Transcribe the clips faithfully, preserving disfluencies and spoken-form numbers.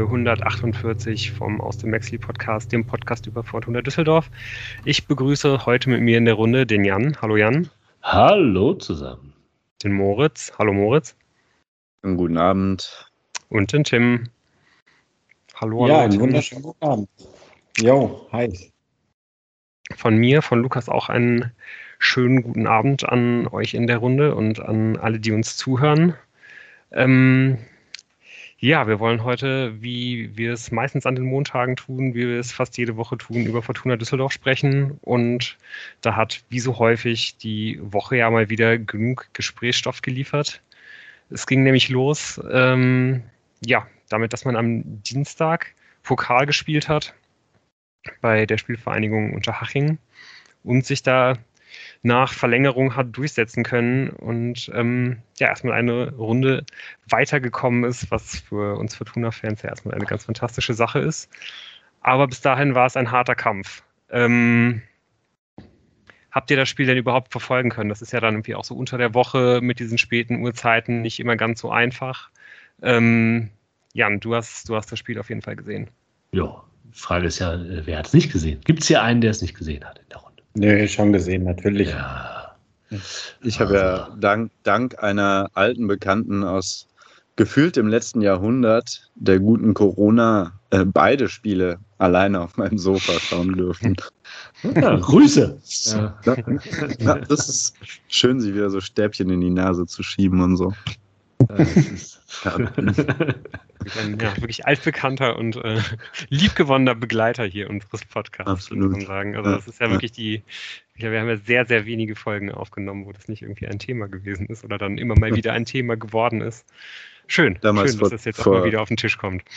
Folge hundertachtundvierzig vom Aus dem Maxli Podcast, dem Podcast über Fortuna Düsseldorf. Ich begrüße heute mit mir in der Runde den Jan. Hallo Jan. Hallo zusammen. Den Moritz. Hallo Moritz. Einen guten Abend. Und den Tim. Hallo. Ja, hallo, einen Tim. wunderschönen guten Abend. Jo, hi. Von mir, von Lukas auch einen schönen guten Abend an euch in der Runde und an alle, die uns zuhören. Ähm, ja, wir wollen heute, wie wir es meistens an den Montagen tun, wie wir es fast jede Woche tun, über Fortuna Düsseldorf sprechen. Und da hat, wie so häufig, die Woche ja mal wieder genug Gesprächsstoff geliefert. Es ging nämlich los, ähm, ja, damit, dass man am Dienstag Pokal gespielt hat bei der Spielvereinigung Unterhaching und sich da nach Verlängerung hat durchsetzen können und ähm, ja, erstmal eine Runde weitergekommen ist, was für uns Fortuna-Fans ja erstmal eine ganz fantastische Sache ist. Aber bis dahin war es ein harter Kampf. Ähm, habt ihr das Spiel denn überhaupt verfolgen können? Das ist ja dann irgendwie auch so unter der Woche mit diesen späten Uhrzeiten nicht immer ganz so einfach. Ähm, Jan, du hast, du hast das Spiel auf jeden Fall gesehen. Ja, die Frage ist ja, wer hat es nicht gesehen? Gibt es hier einen, der es nicht gesehen hat in der Runde? Nö, schon gesehen, natürlich. Ja. Ich habe ja dank, dank einer alten Bekannten aus gefühlt im letzten Jahrhundert der guten Corona äh, beide Spiele alleine auf meinem Sofa schauen dürfen. Ja, Grüße. Ja. Ja, das ist schön, sich wieder so Stäbchen in die Nase zu schieben und so. Das ist Ja. Ein ja, wirklich altbekannter und äh, liebgewonnener Begleiter hier unseres Podcasts, Absolut. muss man sagen. Also das ist ja, Ja. wirklich die, ich glaube, wir haben ja sehr, sehr wenige Folgen aufgenommen, wo das nicht irgendwie ein Thema gewesen ist oder dann immer mal wieder ein Thema geworden ist. Schön, Damals schön, vor- dass das jetzt auch vor- mal wieder auf den Tisch kommt.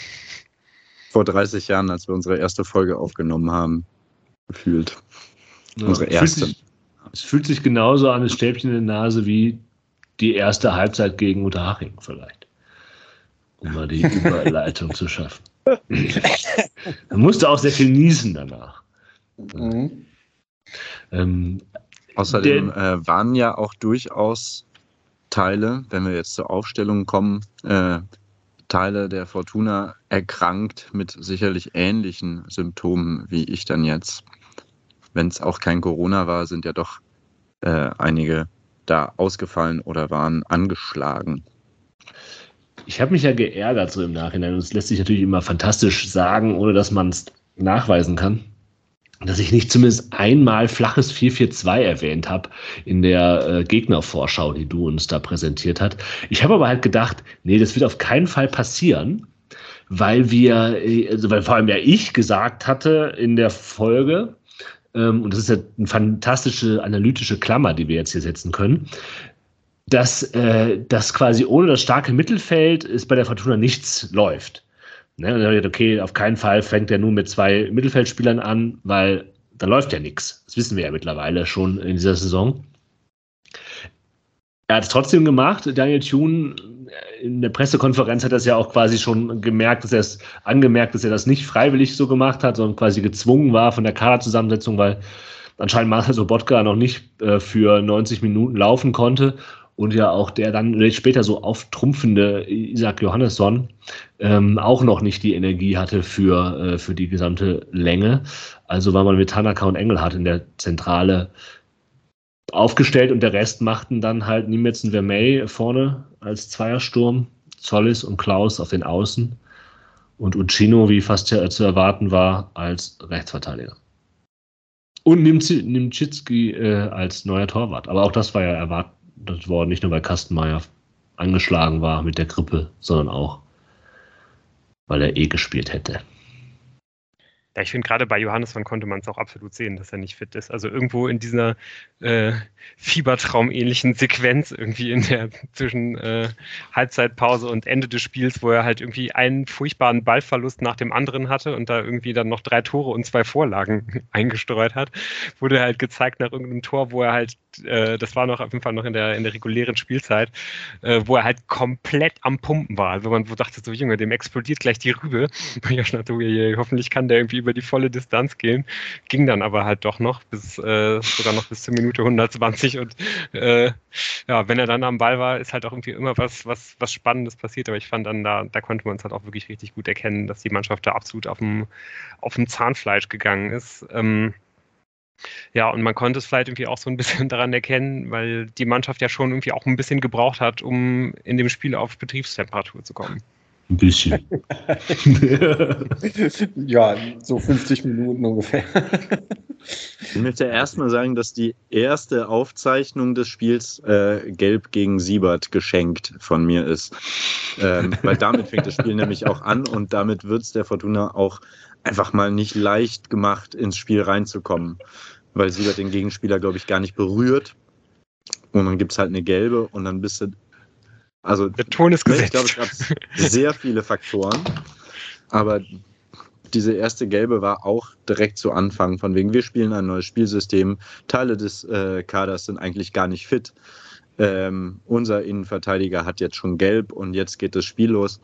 Vor dreißig Jahren, als wir unsere erste Folge aufgenommen haben, gefühlt. Ja, Unsere es fühlt erste. sich- Es fühlt sich genauso an, das Stäbchen in der Nase, wie die erste Halbzeit gegen Unterhaching vielleicht. Um mal die Überleitung zu schaffen. Man musste auch sehr viel niesen danach. Mhm. Ähm, Außerdem äh, waren ja auch durchaus Teile, wenn wir jetzt zur Aufstellung kommen, äh, Teile der Fortuna erkrankt mit sicherlich ähnlichen Symptomen wie ich dann jetzt. Wenn es auch kein Corona war, sind ja doch äh, einige da ausgefallen oder waren angeschlagen. Ich habe mich ja geärgert so im Nachhinein, und es lässt sich natürlich immer fantastisch sagen, ohne dass man es nachweisen kann, dass ich nicht zumindest einmal flaches vier vier zwei erwähnt habe in der äh, Gegnervorschau, die du uns da präsentiert hast. Ich habe aber halt gedacht, nee, das wird auf keinen Fall passieren, weil wir, äh, also weil vor allem ja ich gesagt hatte in der Folge, ähm, und das ist ja eine fantastische analytische Klammer, die wir jetzt hier setzen können, dass, äh, dass quasi ohne das starke Mittelfeld es bei der Fortuna nichts läuft. Ne? Und dann habe ich gedacht, okay, auf keinen Fall fängt er nun mit zwei Mittelfeldspielern an, weil da läuft ja nichts. Das wissen wir ja mittlerweile schon in dieser Saison. Er hat es trotzdem gemacht. Daniel Thune in der Pressekonferenz hat das ja auch quasi schon gemerkt, dass er es angemerkt, dass er das nicht freiwillig so gemacht hat, sondern quasi gezwungen war von der Kaderzusammensetzung, weil anscheinend Marcel Sobotka noch nicht äh, für neunzig Minuten laufen konnte. Und ja auch der dann später so auftrumpfende Isaac Johannesson ähm, auch noch nicht die Energie hatte für, äh, für die gesamte Länge. Also war man mit Tanaka und Engelhardt in der Zentrale aufgestellt und der Rest machten dann halt Niemetz und Vermey vorne als Zweiersturm, Zollis und Klaus auf den Außen und Ucino, wie fast zu zu erwarten war, als Rechtsverteidiger. Und Nimczycki äh, als neuer Torwart. Aber auch das war ja erwartet worden, nicht nur weil Kastenmeier angeschlagen war mit der Grippe, sondern auch, weil er eh gespielt hätte. Ja, ich finde, gerade bei Johannesson konnte man es auch absolut sehen, dass er nicht fit ist. Also irgendwo in dieser äh, Fiebertraum-ähnlichen Sequenz irgendwie in der zwischen äh, Halbzeitpause und Ende des Spiels, wo er halt irgendwie einen furchtbaren Ballverlust nach dem anderen hatte und da irgendwie dann noch drei Tore und zwei Vorlagen eingestreut hat, wurde halt gezeigt nach irgendeinem Tor, wo er halt, äh, das war noch auf jeden Fall noch in der in der regulären Spielzeit, äh, wo er halt komplett am Pumpen war. Also man dachte so, Junge, dem explodiert gleich die Rübe. Und ich dachte, oh je, hoffentlich kann der irgendwie über die volle Distanz gehen. Ging dann aber halt doch noch, bis äh, sogar noch bis zur Minute hundertzwanzig. Und äh, ja, wenn er dann am Ball war, ist halt auch irgendwie immer was, was, was Spannendes passiert. Aber ich fand dann, da, da konnte man es halt auch wirklich richtig gut erkennen, dass die Mannschaft da absolut auf dem, auf dem Zahnfleisch gegangen ist. Ähm, Ja, und man konnte es vielleicht irgendwie auch so ein bisschen daran erkennen, weil die Mannschaft ja schon irgendwie auch ein bisschen gebraucht hat, um in dem Spiel auf Betriebstemperatur zu kommen. Ein bisschen. Ja, so fünfzig Minuten ungefähr. Ich möchte erstmal sagen, dass die erste Aufzeichnung des Spiels äh, Gelb gegen Siebert geschenkt von mir ist. Ähm, weil damit fängt das Spiel nämlich auch an und damit wird es der Fortuna auch einfach mal nicht leicht gemacht, ins Spiel reinzukommen. Weil Siebert den Gegenspieler, glaube ich, gar nicht berührt. Und dann gibt es halt eine gelbe und dann bist du. Also, der Ton ist gesetzt. Ich glaube, es gab sehr viele Faktoren. Aber diese erste gelbe war auch direkt zu Anfang. Von wegen, wir spielen ein neues Spielsystem. Teile des äh, Kaders sind eigentlich gar nicht fit. Ähm, unser Innenverteidiger hat jetzt schon gelb und jetzt geht das Spiel los.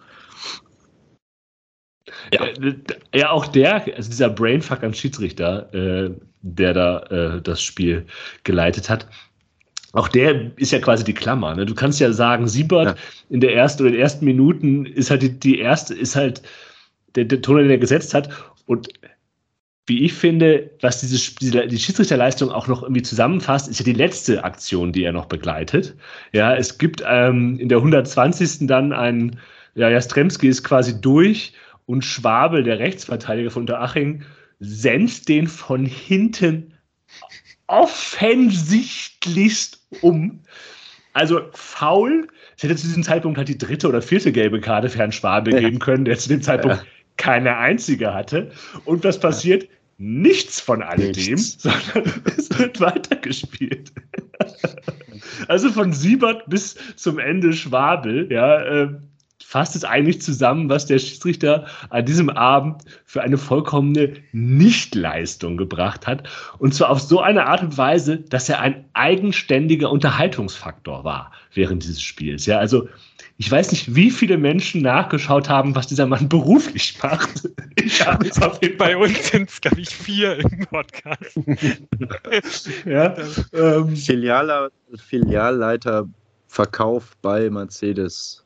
Ja, ja, auch der, also dieser Brainfuck an Schiedsrichter, äh, der da äh, das Spiel geleitet hat, auch der ist ja quasi die Klammer. Ne? Du kannst ja sagen, Siebert ja. in der ersten oder in den ersten Minuten ist halt die, die erste, ist halt der, der Ton, den er gesetzt hat. Und wie ich finde, was diese, diese die Schiedsrichterleistung auch noch irgendwie zusammenfasst, ist ja die letzte Aktion, die er noch begleitet. Ja, es gibt ähm, in der hundertzwanzigsten dann einen, ja, Jastrzemski ist quasi durch und Schwabel, der Rechtsverteidiger von Unterhaching, senzt den von hinten offensichtlichst um. Also faul. Es hätte zu diesem Zeitpunkt halt die dritte oder vierte gelbe Karte für Herrn Schwabel ja. geben können, der zu dem Zeitpunkt ja. keine einzige hatte. Und was passiert? Ja. Nichts von alledem, sondern es wird weitergespielt. Also von Siebert bis zum Ende Schwabel, ja, äh, fasst es eigentlich zusammen, was der Schiedsrichter an diesem Abend für eine vollkommene Nichtleistung gebracht hat. Und zwar auf so eine Art und Weise, dass er ein eigenständiger Unterhaltungsfaktor war während dieses Spiels. Ja, also ich weiß nicht, wie viele Menschen nachgeschaut haben, was dieser Mann beruflich macht. Ich habe es auf jeden Fall. Bei uns sind es, glaube ich, vier im Podcast. ja, ähm, Filialer, Filialleiter Verkauf bei Mercedes.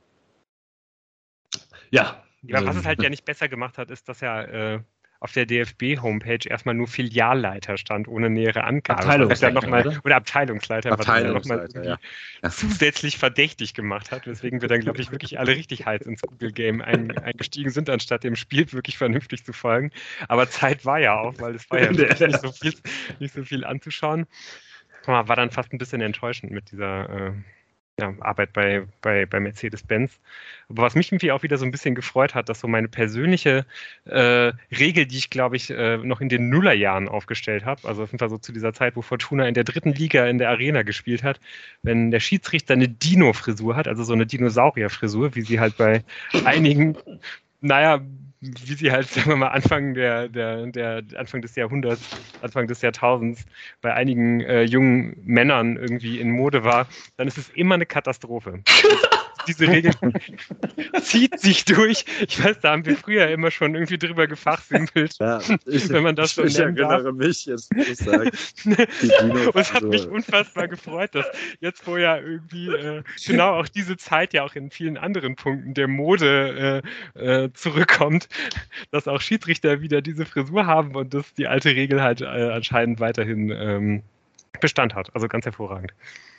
Ja. Ja, was es halt ja nicht besser gemacht hat, ist, dass ja äh, auf der D F B-Homepage erstmal nur Filialleiter stand, ohne nähere Angabe. Abteilungsleiter, noch mal, oder? oder Abteilungsleiter, Abteilungsleiter was er ja. ja. zusätzlich verdächtig gemacht hat, weswegen wir dann, glaube ich, wirklich alle richtig heiß ins Google-Game ein, eingestiegen sind, anstatt dem Spiel wirklich vernünftig zu folgen. Aber Zeit war ja auch, weil es war ja wirklich nicht so viel, nicht so viel anzuschauen. War dann fast ein bisschen enttäuschend mit dieser äh, Ja, Arbeit bei, bei, bei Mercedes-Benz. Aber was mich irgendwie auch wieder so ein bisschen gefreut hat, dass so meine persönliche äh, Regel, die ich, glaube ich, äh, noch in den Nullerjahren aufgestellt habe, also auf jeden Fall so zu dieser Zeit, wo Fortuna in der dritten Liga in der Arena gespielt hat, wenn der Schiedsrichter eine Dino-Frisur hat, also so eine Dinosaurier-Frisur, wie sie halt bei einigen, naja, wie sie halt, sagen wir mal, Anfang der, der, der Anfang des Jahrhunderts, Anfang des Jahrtausends bei einigen äh, jungen Männern irgendwie in Mode war, dann ist es immer eine Katastrophe. Diese Regel zieht sich durch. Ich weiß, da haben wir früher immer schon irgendwie drüber gefachsimpelt, ja, ich, wenn man das so ich nennen erinnere darf. mich jetzt, muss ich sagen. Und es hat mich unfassbar gefreut, dass jetzt, wo ja irgendwie äh, genau auch diese Zeit ja auch in vielen anderen Punkten der Mode äh, äh, zurückkommt, dass auch Schiedsrichter wieder diese Frisur haben und dass die alte Regel halt äh, anscheinend weiterhin ähm, Bestand hat. Also ganz hervorragend.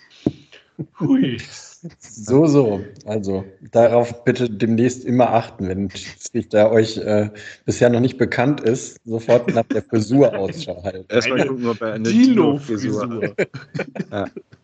Hui. So, so. Also darauf bitte demnächst immer achten, wenn ein Schiedsrichter euch äh, bisher noch nicht bekannt ist, sofort nach der Frisur Ausschau halten. Erstmal gucken, ob er eine Dino-Frisur hat. Ja.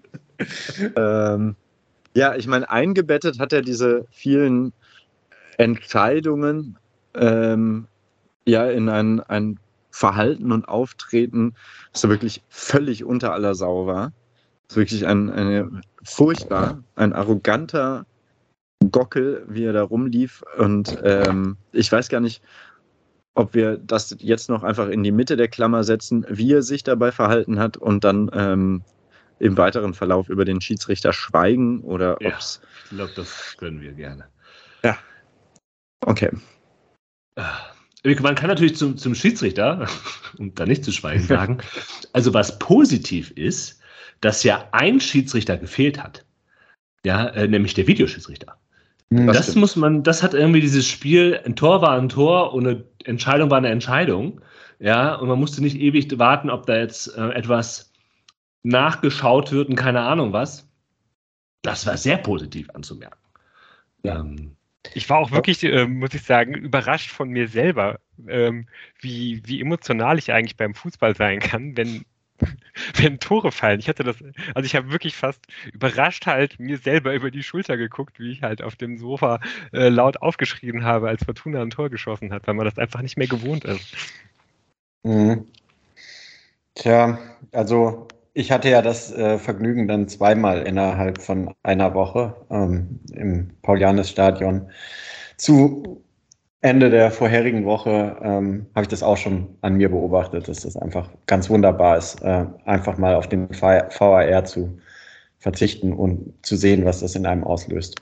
ähm, ja, ich meine, eingebettet hat er diese vielen Entscheidungen ähm, ja in ein, ein Verhalten und Auftreten, das so wirklich völlig unter aller Sau war. Das ist wirklich ein, eine furchtbar, ein arroganter Gockel, wie er da rumlief. Und ähm, ich weiß gar nicht, ob wir das jetzt noch einfach in die Mitte der Klammer setzen, wie er sich dabei verhalten hat und dann ähm, im weiteren Verlauf über den Schiedsrichter schweigen oder ja, ob's. Ich glaube, das können wir gerne. Ja. Okay. man kann natürlich zum, zum Schiedsrichter, um da nicht zu schweigen, sagen, also was positiv ist, dass ja ein Schiedsrichter gefehlt hat. Ja, äh, nämlich der Videoschiedsrichter. Das, das muss man, das hat irgendwie dieses Spiel, ein Tor war ein Tor und eine Entscheidung war eine Entscheidung. Ja, und man musste nicht ewig warten, ob da jetzt äh, etwas nachgeschaut wird und keine Ahnung was. Das war sehr positiv anzumerken. Ja. Ähm, ich war auch wirklich, äh, muss ich sagen, überrascht von mir selber, ähm, wie, wie emotional ich eigentlich beim Fußball sein kann, wenn, wenn Tore fallen. Ich hatte das, also ich habe wirklich fast überrascht halt mir selber über die Schulter geguckt, wie ich halt auf dem Sofa äh, laut aufgeschrien habe, als Fortuna ein Tor geschossen hat, weil man das einfach nicht mehr gewohnt ist. Mhm. Tja, also ich hatte ja das äh, Vergnügen, dann zweimal innerhalb von einer Woche ähm, im Paulianes-Stadion zu Ende der vorherigen Woche ähm, habe ich das auch schon an mir beobachtet, dass das einfach ganz wunderbar ist, äh, einfach mal auf den V A R zu verzichten und zu sehen, was das in einem auslöst.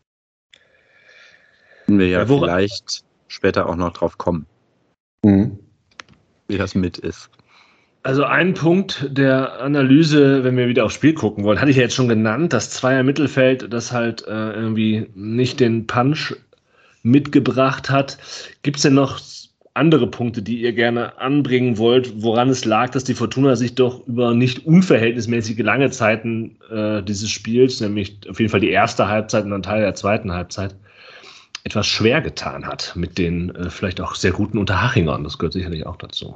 Wenn wir ja, ja vielleicht später auch noch drauf kommen, mhm. wie das mit ist. Also ein Punkt der Analyse, wenn wir wieder aufs Spiel gucken wollen, hatte ich ja jetzt schon genannt, das Zweier-Mittelfeld, das halt äh, irgendwie nicht den Punch mitgebracht hat. Gibt es denn noch andere Punkte, die ihr gerne anbringen wollt, woran es lag, dass die Fortuna sich doch über nicht unverhältnismäßig lange Zeiten äh, dieses Spiels, nämlich auf jeden Fall die erste Halbzeit und ein Teil der zweiten Halbzeit, etwas schwer getan hat mit den äh, vielleicht auch sehr guten Unterhachingern. Das gehört sicherlich auch dazu.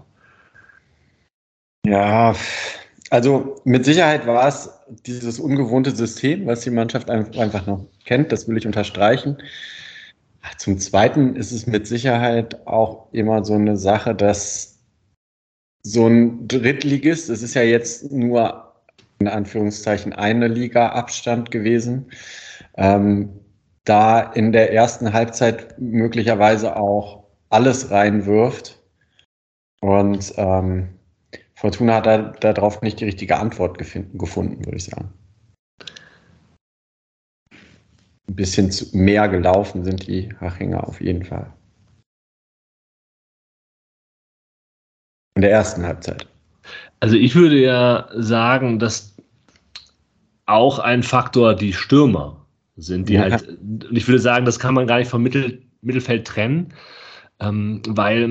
Ja, also mit Sicherheit war es dieses ungewohnte System, was die Mannschaft einfach noch kennt, das will ich unterstreichen. Zum Zweiten ist es mit Sicherheit auch immer so eine Sache, dass so ein Drittligist, es ist ja jetzt nur in Anführungszeichen eine Liga Abstand gewesen, ähm, da in der ersten Halbzeit möglicherweise auch alles reinwirft und ähm, Fortuna hat da, darauf nicht die richtige Antwort gefunden, gefunden, würde ich sagen. Ein bisschen zu mehr gelaufen sind die Hachinger auf jeden Fall. In der ersten Halbzeit. Also ich würde ja sagen, dass auch ein Faktor die Stürmer sind, die ja. halt, und ich würde sagen, das kann man gar nicht vom Mittel, Mittelfeld trennen, ähm, weil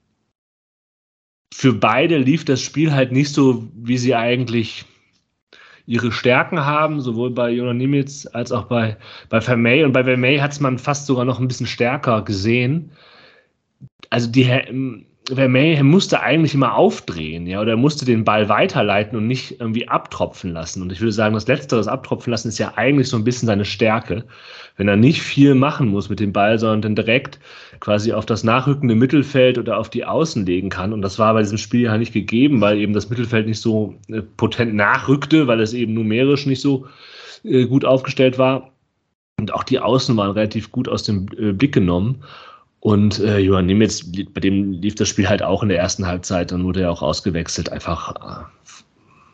für beide lief das Spiel halt nicht so, wie sie eigentlich ihre Stärken haben, sowohl bei Jonas Nimitz als auch bei, bei Vermey. Und bei Vermey hat es man fast sogar noch ein bisschen stärker gesehen. Also die Vermey musste eigentlich immer aufdrehen, ja, oder musste den Ball weiterleiten und nicht irgendwie abtropfen lassen. Und ich würde sagen, das Letzte, das Abtropfen lassen, ist ja eigentlich so ein bisschen seine Stärke. Wenn er nicht viel machen muss mit dem Ball, sondern dann direkt quasi auf das nachrückende Mittelfeld oder auf die Außen legen kann. Und das war bei diesem Spiel ja nicht gegeben, weil eben das Mittelfeld nicht so potent nachrückte, weil es eben numerisch nicht so äh, gut aufgestellt war. Und auch die Außen waren relativ gut aus dem äh, Blick genommen. Und äh, Johann Nimitz, bei dem lief das Spiel halt auch in der ersten Halbzeit, dann wurde er auch ausgewechselt, einfach äh,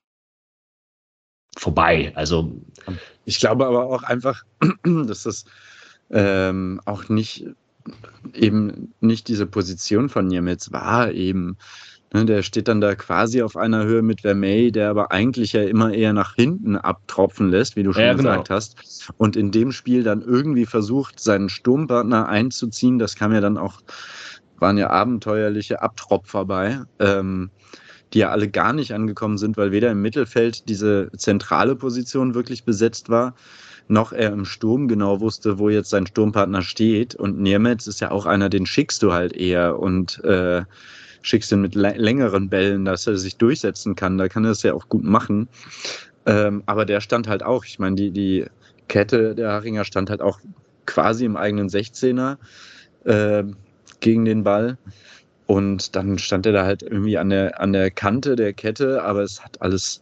vorbei. Also ich glaube aber auch einfach, dass das ähm, auch nicht eben nicht diese Position von Nimitz war eben. Ne, der steht dann da quasi auf einer Höhe mit Vermey, der aber eigentlich ja immer eher nach hinten abtropfen lässt, wie du schon ja, gesagt genau. hast. Und in dem Spiel dann irgendwie versucht, seinen Sturmpartner einzuziehen. Das kam ja dann auch, waren ja abenteuerliche Abtropfer bei, ähm, die ja alle gar nicht angekommen sind, weil weder im Mittelfeld diese zentrale Position wirklich besetzt war, noch er im Sturm genau wusste, wo jetzt sein Sturmpartner steht. Und Nimitz ist ja auch einer, den schickst du halt eher und äh, schickst ihn mit längeren Bällen, dass er sich durchsetzen kann. Da kann er es ja auch gut machen. Ähm, aber der stand halt auch, ich meine, die, die Kette der Hachinger stand halt auch quasi im eigenen sechzehner äh, gegen den Ball. Und dann stand er da halt irgendwie an der, an der Kante der Kette, aber es hat alles,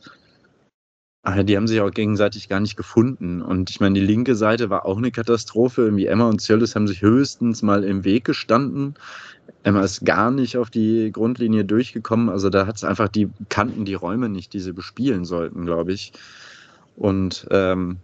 die haben sich auch gegenseitig gar nicht gefunden. Und ich meine, die linke Seite war auch eine Katastrophe. Irgendwie Emma und Zirlis haben sich höchstens mal im Weg gestanden. Emma ist gar nicht auf die Grundlinie durchgekommen. Also da hat es einfach die kannten die Räume nicht, die sie bespielen sollten, glaube ich. Und ähm,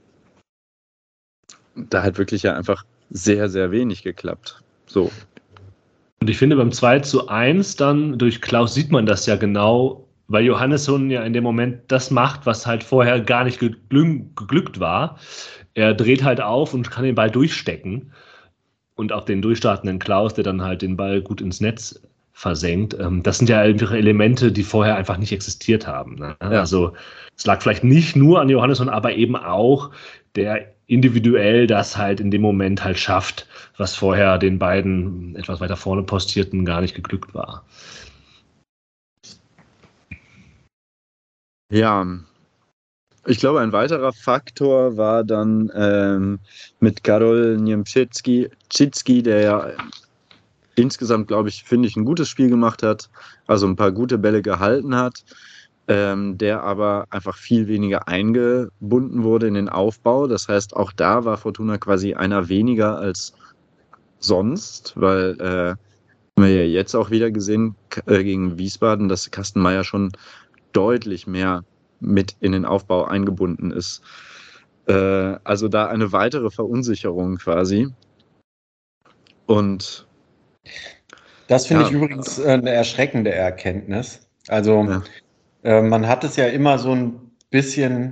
da hat wirklich ja einfach sehr, sehr wenig geklappt. So. Und Und ich finde, beim zwei zu eins dann durch Klaus sieht man das ja genau, weil Johannesson ja in dem Moment das macht, was halt vorher gar nicht geglück, geglückt war. Er dreht halt auf und kann den Ball durchstecken. Und auch den durchstartenden Klaus, der dann halt den Ball gut ins Netz versenkt. Das sind ja einfach Elemente, die vorher einfach nicht existiert haben. Ne? Ja. Also es lag vielleicht nicht nur an Johannesson, aber eben auch der individuell das halt in dem Moment halt schafft, was vorher den beiden etwas weiter vorne Postierten gar nicht geglückt war. Ja, ich glaube, ein weiterer Faktor war dann ähm, mit Karol Niemczycki, der ja insgesamt, glaube ich, finde ich, ein gutes Spiel gemacht hat, also ein paar gute Bälle gehalten hat, ähm, der aber einfach viel weniger eingebunden wurde in den Aufbau. Das heißt, auch da war Fortuna quasi einer weniger als sonst, weil äh, haben wir ja jetzt auch wieder gesehen äh, gegen Wiesbaden, dass Kastenmeier schon deutlich mehr mit in den Aufbau eingebunden ist. Äh, also da eine weitere Verunsicherung quasi. Und das finde ja, ich übrigens äh, eine erschreckende Erkenntnis. Also ja. äh, man hat es ja immer so ein bisschen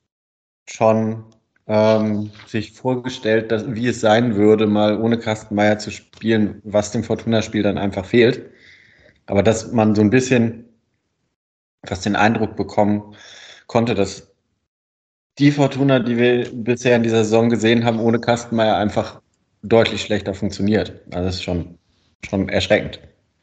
schon ähm, sich vorgestellt, dass, wie es sein würde, mal ohne Kastenmeier zu spielen, was dem Fortuna-Spiel dann einfach fehlt. Aber dass man so ein bisschen fast den Eindruck bekommen konnte, dass die Fortuna, die wir bisher in dieser Saison gesehen haben, ohne Kastenmeier einfach deutlich schlechter funktioniert. Also das ist schon, schon erschreckend.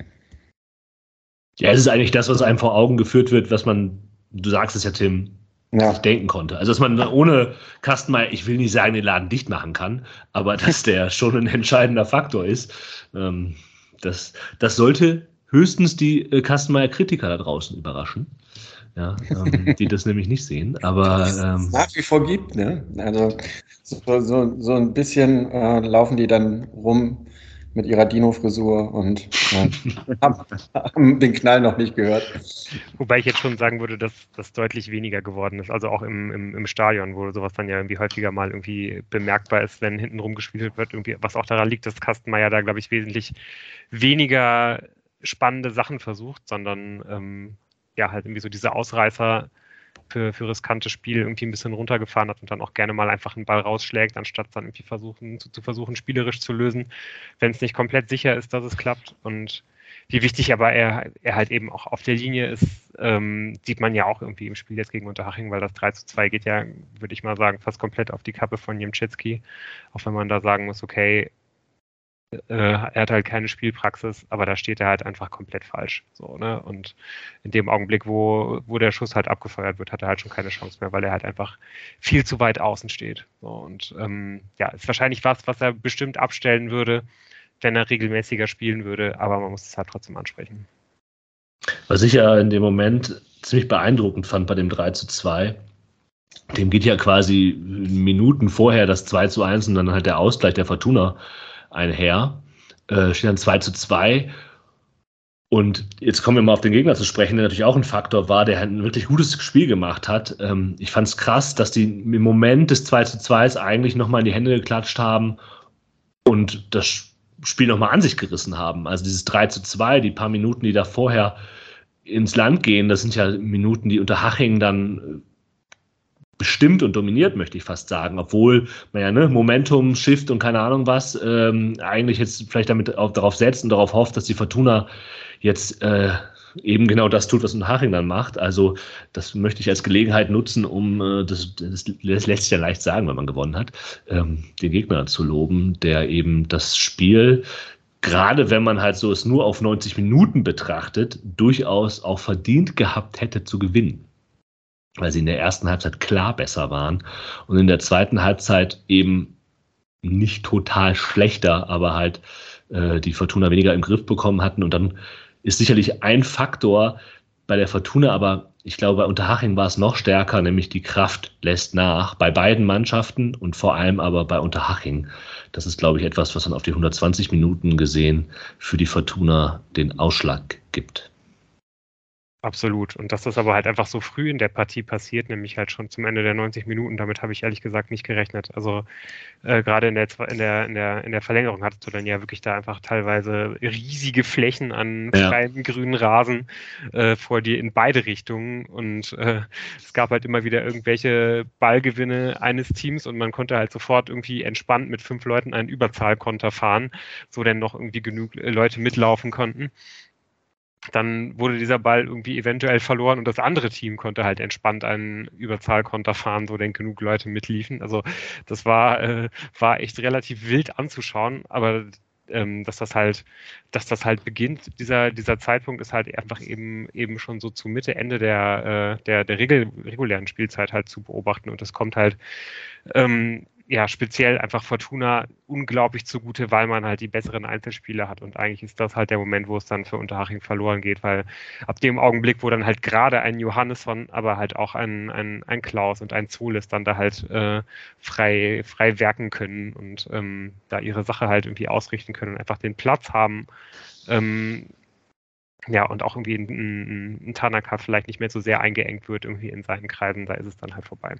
Ja, es ist eigentlich das, was einem vor Augen geführt wird, was man, du sagst es ja, Tim, Ja. sich denken konnte. Also, dass man ohne Kastenmeier, ich will nicht sagen, den Laden dicht machen kann, aber dass der schon ein entscheidender Faktor ist, ähm, das, das sollte höchstens die äh, Kastenmeier-Kritiker da draußen überraschen. Ja, ähm, die das nämlich nicht sehen, aber ähm, es nach wie vor gibt, ne? Also so, so, so ein bisschen äh, laufen die dann rum mit ihrer Dino-Frisur und äh, haben, haben den Knall noch nicht gehört. Wobei ich jetzt schon sagen würde, dass das deutlich weniger geworden ist. Also auch im, im, im Stadion, wo sowas dann ja irgendwie häufiger mal irgendwie bemerkbar ist, wenn hinten rumgespielt wird, irgendwie, was auch daran liegt, dass Kastenmeier da, glaube ich, wesentlich weniger spannende Sachen versucht, sondern ähm, ja halt irgendwie so diese Ausreißer für, für riskantes Spiel irgendwie ein bisschen runtergefahren hat und dann auch gerne mal einfach einen Ball rausschlägt, anstatt dann irgendwie versuchen, zu, zu versuchen, spielerisch zu lösen, wenn es nicht komplett sicher ist, dass es klappt. Und wie wichtig aber er, er halt eben auch auf der Linie ist, ähm, sieht man ja auch irgendwie im Spiel jetzt gegen Unterhaching, weil das drei zu zwei geht ja, würde ich mal sagen, fast komplett auf die Kappe von Niemczycki, auch wenn man da sagen muss, okay, Äh, er hat halt keine Spielpraxis, aber da steht er halt einfach komplett falsch. So, ne? Und in dem Augenblick, wo, wo der Schuss halt abgefeuert wird, hat er halt schon keine Chance mehr, weil er halt einfach viel zu weit außen steht. So, und ähm, ja, ist wahrscheinlich was, was er bestimmt abstellen würde, wenn er regelmäßiger spielen würde, aber man muss es halt trotzdem ansprechen. Was ich ja in dem Moment ziemlich beeindruckend fand bei dem drei zu zwei, dem geht ja quasi Minuten vorher das zwei zu eins und dann halt der Ausgleich der Fortuna einher, äh, steht dann zwei zu zwei. Und jetzt kommen wir mal auf den Gegner zu sprechen, der natürlich auch ein Faktor war, der ein wirklich gutes Spiel gemacht hat. Ähm, ich fand es krass, dass die im Moment des zwei zu zwei eigentlich nochmal in die Hände geklatscht haben und das Spiel nochmal an sich gerissen haben. Also dieses drei zu zwei, die paar Minuten, die da vorher ins Land gehen, das sind ja Minuten, die Unterhaching dann bestimmt und dominiert, möchte ich fast sagen, obwohl man ja ne, Momentum, Shift und keine Ahnung was ähm, eigentlich jetzt vielleicht damit auch darauf setzt und darauf hofft, dass die Fortuna jetzt äh, eben genau das tut, was Unterhaching dann macht. Also das möchte ich als Gelegenheit nutzen, um, äh, das, das, das lässt sich ja leicht sagen, wenn man gewonnen hat, ähm, den Gegner zu loben, der eben das Spiel, gerade wenn man halt so es nur auf neunzig Minuten betrachtet, durchaus auch verdient gehabt hätte zu gewinnen, weil sie in der ersten Halbzeit klar besser waren und in der zweiten Halbzeit eben nicht total schlechter, aber halt äh, die Fortuna weniger im Griff bekommen hatten. Und dann ist sicherlich ein Faktor bei der Fortuna, aber ich glaube, bei Unterhaching war es noch stärker, nämlich die Kraft lässt nach, bei beiden Mannschaften und vor allem aber bei Unterhaching. Das ist, glaube ich, etwas, was dann auf die hundertzwanzig Minuten gesehen für die Fortuna den Ausschlag gibt. Absolut. Und dass das aber halt einfach so früh in der Partie passiert, nämlich halt schon zum Ende der neunzig Minuten, damit habe ich ehrlich gesagt nicht gerechnet. Also äh, gerade in der, in, der, in, der, in der Verlängerung hattest du dann ja wirklich da einfach teilweise riesige Flächen an Ja. freiem grünen Rasen äh, vor dir in beide Richtungen. Und äh, es gab halt immer wieder irgendwelche Ballgewinne eines Teams und man konnte halt sofort irgendwie entspannt mit fünf Leuten einen Überzahlkonter fahren, so denn noch irgendwie genug Leute mitlaufen konnten. Dann wurde dieser Ball irgendwie eventuell verloren und das andere Team konnte halt entspannt einen Überzahlkonter fahren, so denn genug Leute mitliefen. Also das war, äh, war echt relativ wild anzuschauen, aber ähm, dass das halt, dass das halt beginnt, dieser, dieser Zeitpunkt ist halt einfach eben eben schon so zu Mitte, Ende der, äh, der, der Regel, regulären Spielzeit halt zu beobachten und das kommt halt ähm, ja, speziell einfach Fortuna unglaublich zugute, weil man halt die besseren Einzelspieler hat und eigentlich ist das halt der Moment, wo es dann für Unterhaching verloren geht, weil ab dem Augenblick, wo dann halt gerade ein Johannesson, aber halt auch ein, ein, ein Klaus und ein Zulis dann da halt äh, frei, frei werken können und ähm, da ihre Sache halt irgendwie ausrichten können und einfach den Platz haben, ähm, ja, und auch irgendwie ein, ein, ein Tanaka vielleicht nicht mehr so sehr eingeengt wird irgendwie in seinen Kreisen, da ist es dann halt vorbei.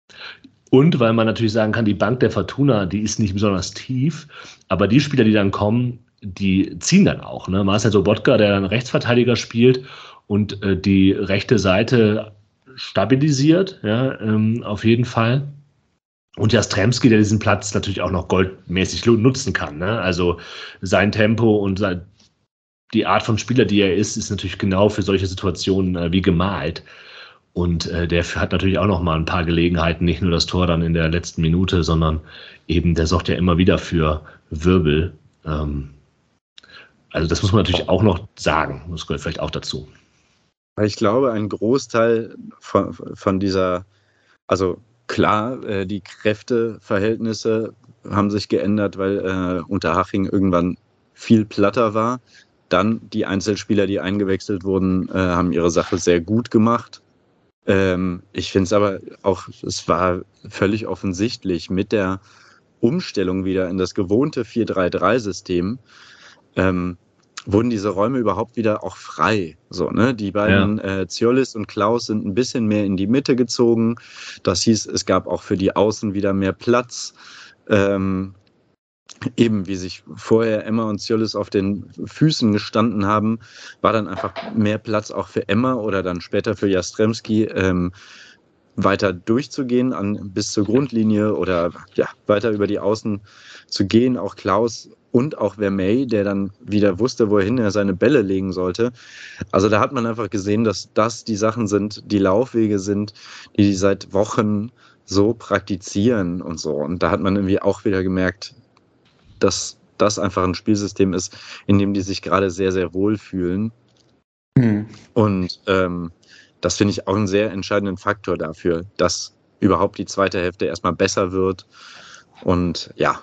Und weil man natürlich sagen kann, die Bank der Fortuna, die ist nicht besonders tief, aber die Spieler, die dann kommen, die ziehen dann auch. Ne? Marcel Sobotka, der dann Rechtsverteidiger spielt und äh, die rechte Seite stabilisiert, ja, ähm, auf jeden Fall. Und Jastrzemski, der diesen Platz natürlich auch noch goldmäßig nutzen kann. Ne? Also sein Tempo und sein, die Art von Spieler, die er ist, ist natürlich genau für solche Situationen äh, wie gemalt. Und äh, der hat natürlich auch noch mal ein paar Gelegenheiten, nicht nur das Tor dann in der letzten Minute, sondern eben, der sorgt ja immer wieder für Wirbel. Ähm, also das muss man natürlich auch noch sagen. Das gehört vielleicht auch dazu. Ich glaube, ein Großteil von, von dieser, also klar, äh, die Kräfteverhältnisse haben sich geändert, weil äh, Unterhaching irgendwann viel platter war. Dann die Einzelspieler, die eingewechselt wurden, äh, haben ihre Sache sehr gut gemacht. Ähm, ich finde es aber auch, es war völlig offensichtlich mit der Umstellung wieder in das gewohnte vier drei drei System, ähm, wurden diese Räume überhaupt wieder auch frei. So, ne? Die beiden ja. äh, Ziolis und Klaus sind ein bisschen mehr in die Mitte gezogen. Das hieß, es gab auch für die Außen wieder mehr Platz. Ähm, Eben wie sich vorher Emma und Ziolis auf den Füßen gestanden haben, war dann einfach mehr Platz auch für Emma oder dann später für Jastrzemski, ähm, weiter durchzugehen an, bis zur Grundlinie oder ja, weiter über die Außen zu gehen. Auch Klaus und auch Vermey, der dann wieder wusste, wohin er seine Bälle legen sollte. Also da hat man einfach gesehen, dass das die Sachen sind, die Laufwege sind, die die seit Wochen so praktizieren und so. Und da hat man irgendwie auch wieder gemerkt, dass das einfach ein Spielsystem ist, in dem die sich gerade sehr, sehr wohl fühlen. Mhm. Und ähm, das finde ich auch einen sehr entscheidenden Faktor dafür, dass überhaupt die zweite Hälfte erstmal besser wird. Und ja.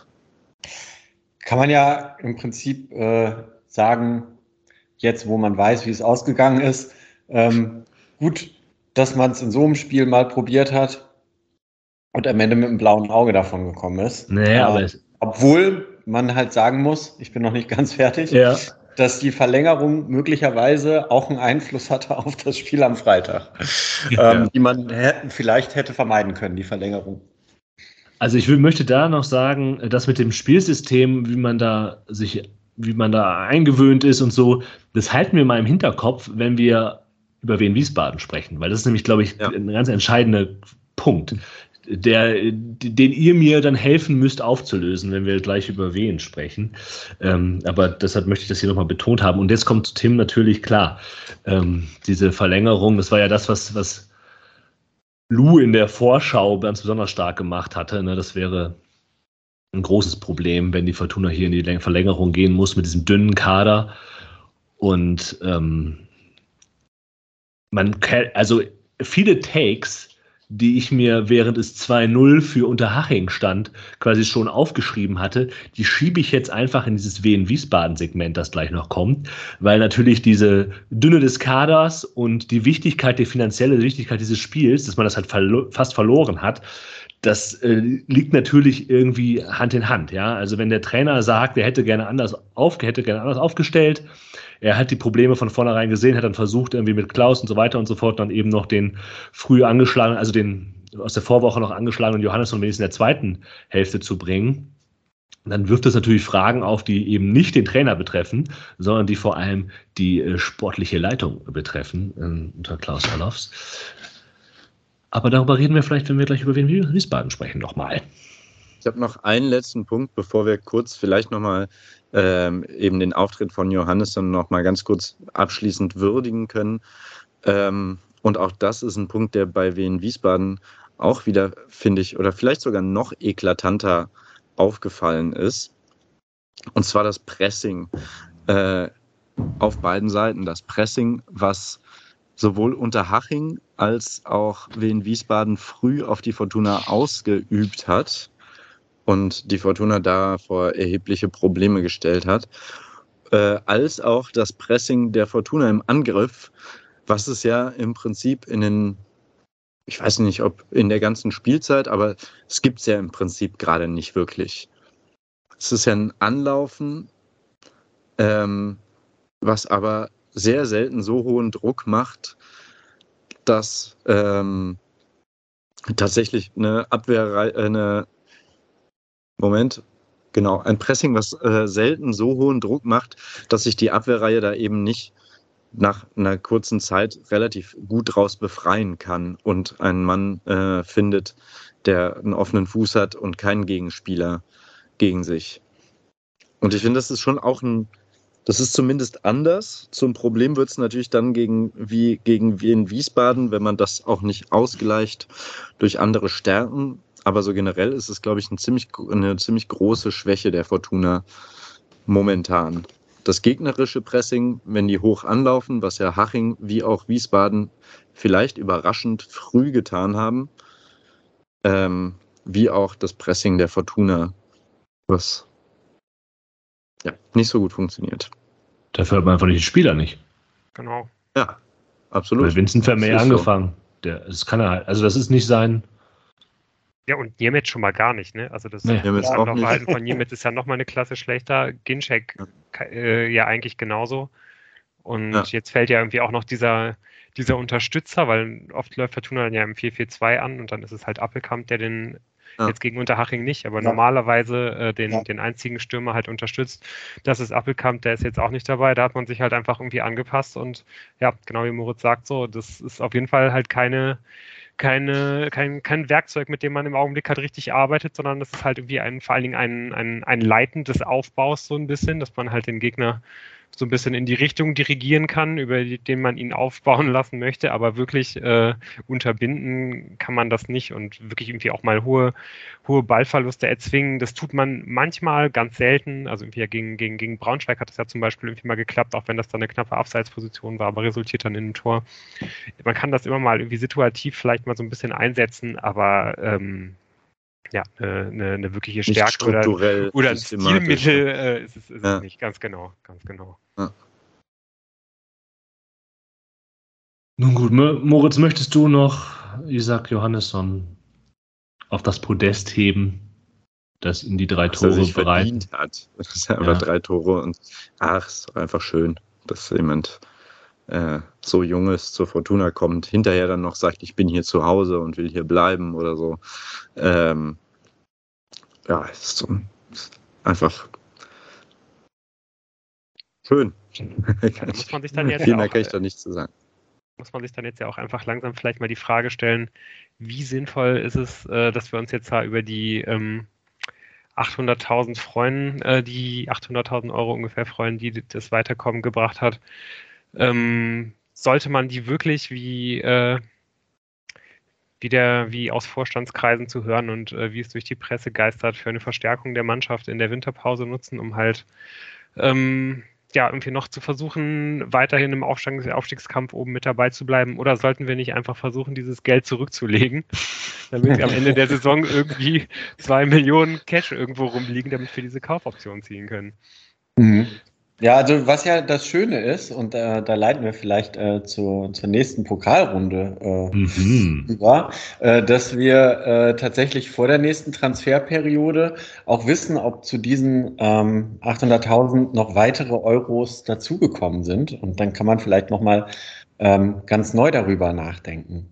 Kann man ja im Prinzip äh, sagen, jetzt wo man weiß, wie es ausgegangen ist, ähm, gut, dass man es in so einem Spiel mal probiert hat und am Ende mit einem blauen Auge davon gekommen ist. Naja, äh, aber es obwohl man halt sagen muss, ich bin noch nicht ganz fertig, ja. dass die Verlängerung möglicherweise auch einen Einfluss hatte auf das Spiel am Freitag, ja. ähm, die man hätte, vielleicht hätte vermeiden können, die Verlängerung. Also ich will, möchte da noch sagen, dass mit dem Spielsystem, wie man da sich, wie man da eingewöhnt ist und so, das halten wir mal im Hinterkopf, wenn wir über Wien Wiesbaden sprechen, weil das ist nämlich, glaube ich, ja. ein ganz entscheidender Punkt, der, den ihr mir dann helfen müsst aufzulösen, wenn wir gleich über Wien sprechen. Ähm, aber deshalb möchte ich das hier nochmal betont haben. Und jetzt kommt zu Tim natürlich klar. Ähm, diese Verlängerung, das war ja das, was, was Lou in der Vorschau ganz besonders stark gemacht hatte. Ne? Das wäre ein großes Problem, wenn die Fortuna hier in die Verlängerung gehen muss mit diesem dünnen Kader. Und ähm, man kann, also viele Takes, die ich mir während es zwei null für Unterhaching stand, quasi schon aufgeschrieben hatte, die schiebe ich jetzt einfach in dieses Wien-Wiesbaden-Segment, das gleich noch kommt, weil natürlich diese Dünne des Kaders und die Wichtigkeit, die finanzielle Wichtigkeit dieses Spiels, dass man das halt verlo- fast verloren hat, das äh, liegt natürlich irgendwie Hand in Hand, ja. Also wenn der Trainer sagt, er hätte gerne anders auf, hätte gerne anders aufgestellt, er hat die Probleme von vornherein gesehen, hat dann versucht, irgendwie mit Klaus und so weiter und so fort dann eben noch den früh angeschlagenen, also den aus der Vorwoche noch angeschlagenen Johannesson wenigstens in der zweiten Hälfte zu bringen, dann wirft es natürlich Fragen auf, die eben nicht den Trainer betreffen, sondern die vor allem die äh, sportliche Leitung betreffen äh, unter Klaus Allofs. Aber darüber reden wir vielleicht, wenn wir gleich über Wien Wiesbaden sprechen, nochmal. Ich habe noch einen letzten Punkt, bevor wir kurz vielleicht nochmal ähm, eben den Auftritt von Johannesson nochmal ganz kurz abschließend würdigen können. Ähm, und auch das ist ein Punkt, der bei Wien Wiesbaden auch wieder, finde ich, oder vielleicht sogar noch eklatanter aufgefallen ist. Und zwar das Pressing äh, auf beiden Seiten. Das Pressing, was sowohl unter Haching als auch Wien Wiesbaden früh auf die Fortuna ausgeübt hat und die Fortuna da vor erhebliche Probleme gestellt hat, äh, als auch das Pressing der Fortuna im Angriff, was es ja im Prinzip in den, ich weiß nicht, ob in der ganzen Spielzeit, aber es gibt es ja im Prinzip gerade nicht wirklich. Es ist ja ein Anlaufen, ähm, was aber sehr selten so hohen Druck macht, dass ähm, tatsächlich eine Abwehr, eine Moment, genau, ein Pressing, was äh, selten so hohen Druck macht, dass sich die Abwehrreihe da eben nicht nach einer kurzen Zeit relativ gut draus befreien kann und einen Mann äh, findet, der einen offenen Fuß hat und keinen Gegenspieler gegen sich. Und ich finde, das ist schon auch ein, das ist zumindest anders. Zum Problem wird es natürlich dann gegen, wie, gegen Wien Wiesbaden, wenn man das auch nicht ausgleicht durch andere Stärken. Aber so generell ist es, glaube ich, ein ziemlich, eine ziemlich große Schwäche der Fortuna momentan. Das gegnerische Pressing, wenn die hoch anlaufen, was ja Haching wie auch Wiesbaden vielleicht überraschend früh getan haben, ähm, wie auch das Pressing der Fortuna, was ja nicht so gut funktioniert. Dafür hat man einfach nicht die Spieler nicht. Genau. Ja, absolut. Weil Vincent Vermeer angefangen. So. Der, das kann er halt, also das ist nicht sein. Ja, und Niemetz schon mal gar nicht, ne? Also das Nee, Verhalten von Niemetz ist ja nochmal eine Klasse schlechter. Ginczek ja, äh, ja eigentlich genauso. Und ja. Jetzt fällt ja irgendwie auch noch dieser, dieser Unterstützer, weil oft läuft Fortuna dann ja im vier vier zwei an und dann ist es halt Appelkamp, der den ja. jetzt gegen Unterhaching nicht, aber ja. normalerweise äh, den, ja. den einzigen Stürmer halt unterstützt. Das ist Appelkamp, der ist jetzt auch nicht dabei. Da hat man sich halt einfach irgendwie angepasst und ja, genau wie Moritz sagt so, das ist auf jeden Fall halt keine Keine, kein, kein Werkzeug, mit dem man im Augenblick halt richtig arbeitet, sondern das ist halt irgendwie ein, vor allen Dingen ein, ein, ein Leiten des Aufbaus so ein bisschen, dass man halt den Gegner so ein bisschen in die Richtung dirigieren kann, über die, den man ihn aufbauen lassen möchte, aber wirklich äh, unterbinden kann man das nicht und wirklich irgendwie auch mal hohe, hohe Ballverluste erzwingen. Das tut man manchmal, ganz selten, also irgendwie gegen, gegen, gegen Braunschweig hat das ja zum Beispiel irgendwie mal geklappt, auch wenn das dann eine knappe Abseitsposition war, aber resultiert dann in ein Tor. Man kann das immer mal irgendwie situativ vielleicht mal so ein bisschen einsetzen, aber ähm, ja, eine, eine, eine wirkliche Stärke oder, oder ein Stilmittel äh, ist, es, ist ja. es nicht, ganz genau, ganz genau. Ja. Nun gut, Moritz, möchtest du noch Isaac Johannesson auf das Podest heben, das in die drei Was Tore er sich bereiten verdient hat? Das ist ja aber drei Tore und ach, ist einfach schön, dass jemand äh, so Junges zur Fortuna kommt, hinterher dann noch sagt, ich bin hier zu Hause und will hier bleiben oder so. Ähm, ja, ist so einfach schön. Ja, muss man sich dann jetzt Viel mehr auch, kann ich da nicht zu sagen. Muss man sich dann jetzt ja auch einfach langsam vielleicht mal die Frage stellen, wie sinnvoll ist es, äh, dass wir uns jetzt da über die ähm, achthunderttausend freuen, äh, die achthunderttausend Euro ungefähr freuen, die das Weiterkommen gebracht hat. Ähm, sollte man die wirklich wie, äh, wie, der, wie aus Vorstandskreisen zu hören und äh, wie es durch die Presse geistert, für eine Verstärkung der Mannschaft in der Winterpause nutzen, um halt ähm, ja, irgendwie noch zu versuchen, weiterhin im Aufstiegs- Aufstiegskampf oben mit dabei zu bleiben? Oder sollten wir nicht einfach versuchen, dieses Geld zurückzulegen, damit wir am Ende der Saison irgendwie zwei Millionen Cash irgendwo rumliegen, damit wir diese Kaufoption ziehen können? Mhm. Ja, also was ja das Schöne ist, und äh, da leiten wir vielleicht äh, zu, zur nächsten Pokalrunde äh, Mhm. über, äh, dass wir äh, tatsächlich vor der nächsten Transferperiode auch wissen, ob zu diesen ähm, achthunderttausend noch weitere Euros dazugekommen sind. Und dann kann man vielleicht nochmal ähm, ganz neu darüber nachdenken.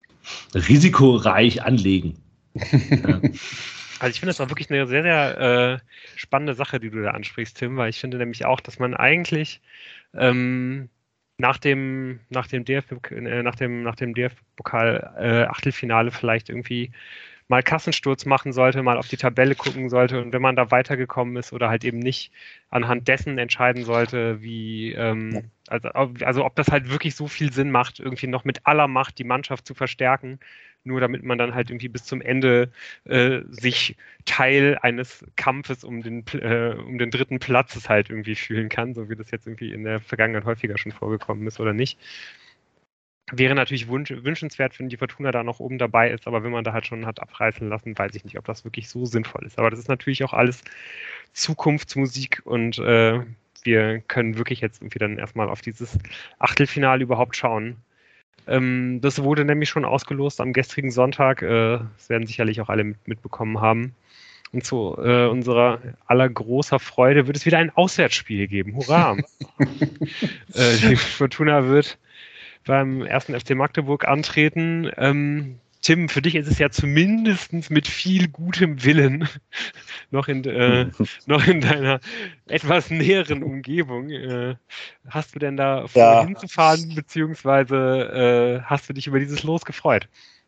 Risikoreich anlegen. Ja. Also ich finde das auch wirklich eine sehr, sehr äh, spannende Sache, die du da ansprichst, Tim, weil ich finde nämlich auch, dass man eigentlich ähm, nach dem, nach dem D F B, äh, nach dem, nach dem D F B-Pokal äh, Achtelfinale vielleicht irgendwie mal Kassensturz machen sollte, mal auf die Tabelle gucken sollte und wenn man da weitergekommen ist oder halt eben nicht anhand dessen entscheiden sollte, wie, ähm, also, also ob das halt wirklich so viel Sinn macht, irgendwie noch mit aller Macht die Mannschaft zu verstärken, nur damit man dann halt irgendwie bis zum Ende äh, sich Teil eines Kampfes um den, äh, um den dritten Platz es halt irgendwie fühlen kann, so wie das jetzt irgendwie in der Vergangenheit häufiger schon vorgekommen ist oder nicht. Wäre natürlich wünsch, wünschenswert, wenn die Fortuna da noch oben dabei ist, aber wenn man da halt schon hat abreißen lassen, weiß ich nicht, ob das wirklich so sinnvoll ist. Aber das ist natürlich auch alles Zukunftsmusik und äh, wir können wirklich jetzt irgendwie dann erstmal auf dieses Achtelfinale überhaupt schauen. Ähm, das wurde nämlich schon ausgelost am gestrigen Sonntag. Äh, das werden sicherlich auch alle mit, mitbekommen haben. Und zu äh, unserer aller großer Freude wird es wieder ein Auswärtsspiel geben. Hurra! äh, die Fortuna wird beim ersten F C Magdeburg antreten. Ähm, Tim, für dich ist es ja zumindest mit viel gutem Willen noch in, äh, noch in deiner etwas näheren Umgebung. Äh, hast du denn da vor, Ja. hinzufahren, beziehungsweise äh, hast du dich über dieses Los gefreut?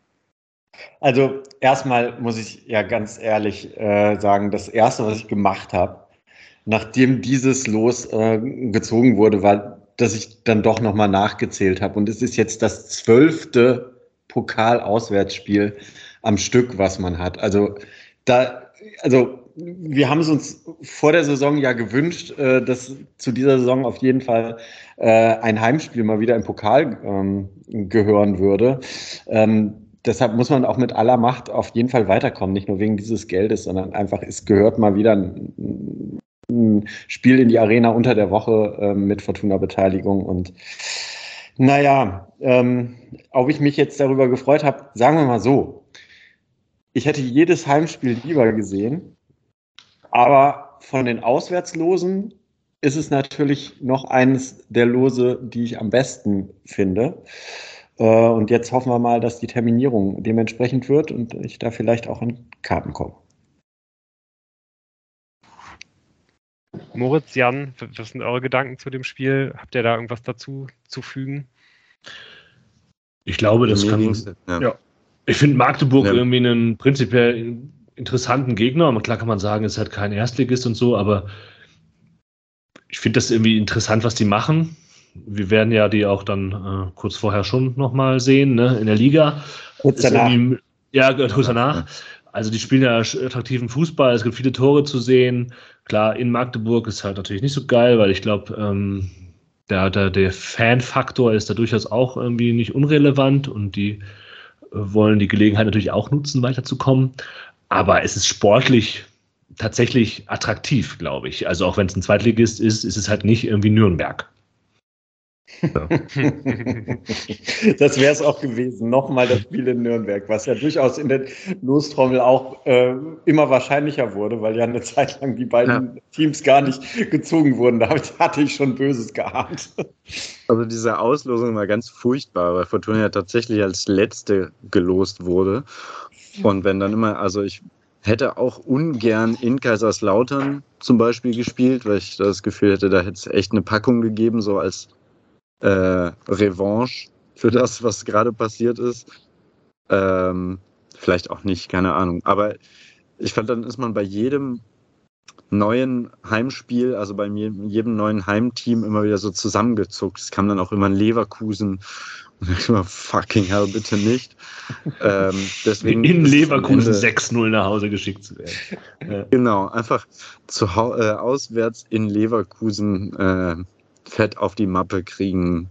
Also erstmal muss ich ja ganz ehrlich äh, sagen, das Erste, was ich gemacht habe, nachdem dieses Los äh, gezogen wurde, war, dass ich dann doch nochmal nachgezählt habe. Und es ist jetzt das zwölfte Pokal-Auswärtsspiel am Stück, was man hat. Also da, also wir haben es uns vor der Saison ja gewünscht, äh, dass zu dieser Saison auf jeden Fall äh, ein Heimspiel mal wieder im Pokal ähm, gehören würde. Ähm, Deshalb muss man auch mit aller Macht auf jeden Fall weiterkommen, nicht nur wegen dieses Geldes, sondern einfach, es gehört mal wieder ein, ein Spiel in die Arena unter der Woche äh, mit Fortuna-Beteiligung. Und naja, ähm, ob ich mich jetzt darüber gefreut habe, sagen wir mal so, ich hätte jedes Heimspiel lieber gesehen, aber von den Auswärtslosen ist es natürlich noch eines der Lose, die ich am besten finde. Und jetzt hoffen wir mal, dass die Terminierung dementsprechend wird und ich da vielleicht auch an Karten komme. Moritz, Jan, was sind eure Gedanken zu dem Spiel? Habt ihr da irgendwas dazu zu fügen? Ich glaube, das kann. Ja. Ja. Ich finde Magdeburg ja. irgendwie einen prinzipiell interessanten Gegner. Aber klar kann man sagen, es ist halt kein Erstligist und so, aber ich finde das irgendwie interessant, was die machen. Wir werden ja die auch dann äh, kurz vorher schon nochmal sehen, ne, in der Liga. Kurz danach. Ja, kurz danach. Also die spielen ja attraktiven Fußball, es gibt viele Tore zu sehen. Klar, in Magdeburg ist halt natürlich nicht so geil, weil ich glaube, ähm, der, der, der Fan-Faktor ist da durchaus auch irgendwie nicht unrelevant und die äh, wollen die Gelegenheit natürlich auch nutzen, weiterzukommen. Aber es ist sportlich tatsächlich attraktiv, glaube ich. Also auch wenn es ein Zweitligist ist, ist es halt nicht irgendwie Nürnberg. Ja. Das wäre es auch gewesen. Nochmal das Spiel in Nürnberg, was ja durchaus in der Lostrommel auch äh, immer wahrscheinlicher wurde, weil ja eine Zeit lang die beiden ja. Teams gar nicht gezogen wurden. Da hatte ich schon Böses geahnt. Also diese Auslosung war ganz furchtbar, weil Fortuna ja tatsächlich als Letzte gelost wurde. Und wenn dann immer, also ich hätte auch ungern in Kaiserslautern zum Beispiel gespielt, weil ich das Gefühl hätte, da hätte es echt eine Packung gegeben, so als Äh, Revanche für das, was gerade passiert ist. Ähm, vielleicht auch nicht, keine Ahnung. Aber ich fand, dann ist man bei jedem neuen Heimspiel, also bei jedem neuen Heimteam immer wieder so zusammengezuckt. Es kam dann auch immer ein Leverkusen und ich war fucking hell, bitte nicht. Ähm, deswegen in Leverkusen sechs null nach Hause geschickt zu werden. Ja. Genau, einfach zu, äh, auswärts in Leverkusen äh, Fett auf die Mappe kriegen.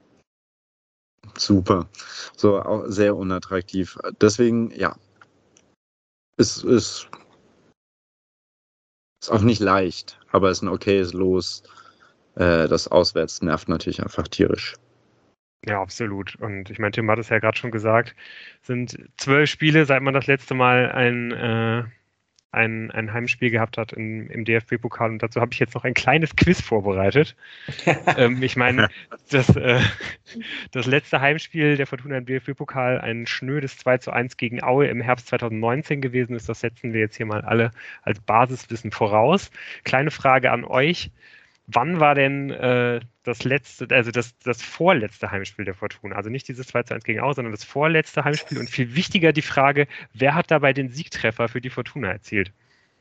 Super. So, auch sehr unattraktiv. Deswegen, ja. Es ist, ist auch nicht leicht, aber es ist ein okayes Los. äh, das Auswärts nervt natürlich einfach tierisch. Ja, absolut. Und ich meine, Tim hat es ja gerade schon gesagt, sind zwölf Spiele, seit man das letzte Mal ein, äh, ein, ein Heimspiel gehabt hat in, im D F B-Pokal. Und dazu habe ich jetzt noch ein kleines Quiz vorbereitet. ähm, ich meine, das, äh, das letzte Heimspiel der Fortuna im D F B-Pokal, ein schnödes zwei zu eins gegen Aue im Herbst zweitausendneunzehn gewesen ist. Das setzen wir jetzt hier mal alle als Basiswissen voraus. Kleine Frage an euch. Wann war denn äh, das letzte, also das, das vorletzte Heimspiel der Fortuna? Also nicht dieses zwei zu eins gegen Aue, sondern das vorletzte Heimspiel. Und viel wichtiger die Frage, wer hat dabei den Siegtreffer für die Fortuna erzielt?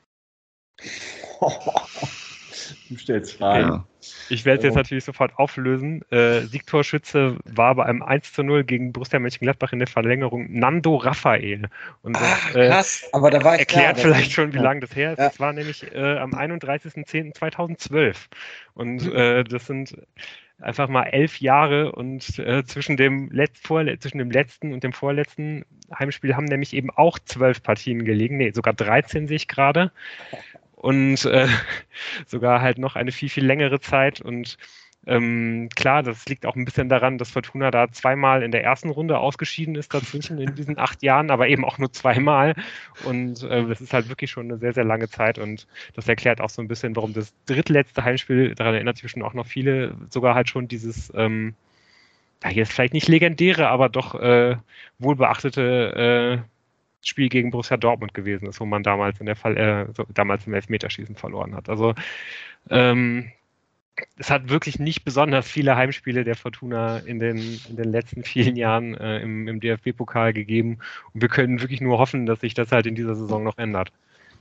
Du stellst Fragen. Okay. Ich werde es jetzt natürlich sofort auflösen. Äh, Siegtorschütze war bei einem eins zu null gegen Borussia Mönchengladbach in der Verlängerung Nando Raphael. Und das Ach, krass, äh, aber da war ich erklärt klar, vielleicht schon, wie ja. lange das her ist. Ja. Das war nämlich äh, am einunddreißigsten zehnten zweitausendzwölf. Und äh, das sind einfach mal elf Jahre und äh, zwischen, dem Let- vorle- zwischen dem letzten und dem vorletzten Heimspiel haben nämlich eben auch zwölf Partien gelegen. Nee, sogar dreizehn sehe ich gerade. Und äh, sogar halt noch eine viel, viel längere Zeit. Und ähm, klar, das liegt auch ein bisschen daran, dass Fortuna da zweimal in der ersten Runde ausgeschieden ist dazwischen in diesen acht Jahren, aber eben auch nur zweimal. Und äh, das ist halt wirklich schon eine sehr, sehr lange Zeit. Und das erklärt auch so ein bisschen, warum das drittletzte Heimspiel, daran erinnert sich bestimmt auch noch viele, sogar halt schon dieses, ähm, ja, jetzt vielleicht nicht legendäre, aber doch äh, wohlbeachtete äh, Spiel gegen Borussia Dortmund gewesen ist, wo man damals in der Fall, äh, so, damals im Elfmeterschießen verloren hat. Also ähm, es hat wirklich nicht besonders viele Heimspiele der Fortuna in den, in den letzten vielen Jahren äh, im, im D F B-Pokal gegeben. Und wir können wirklich nur hoffen, dass sich das halt in dieser Saison noch ändert.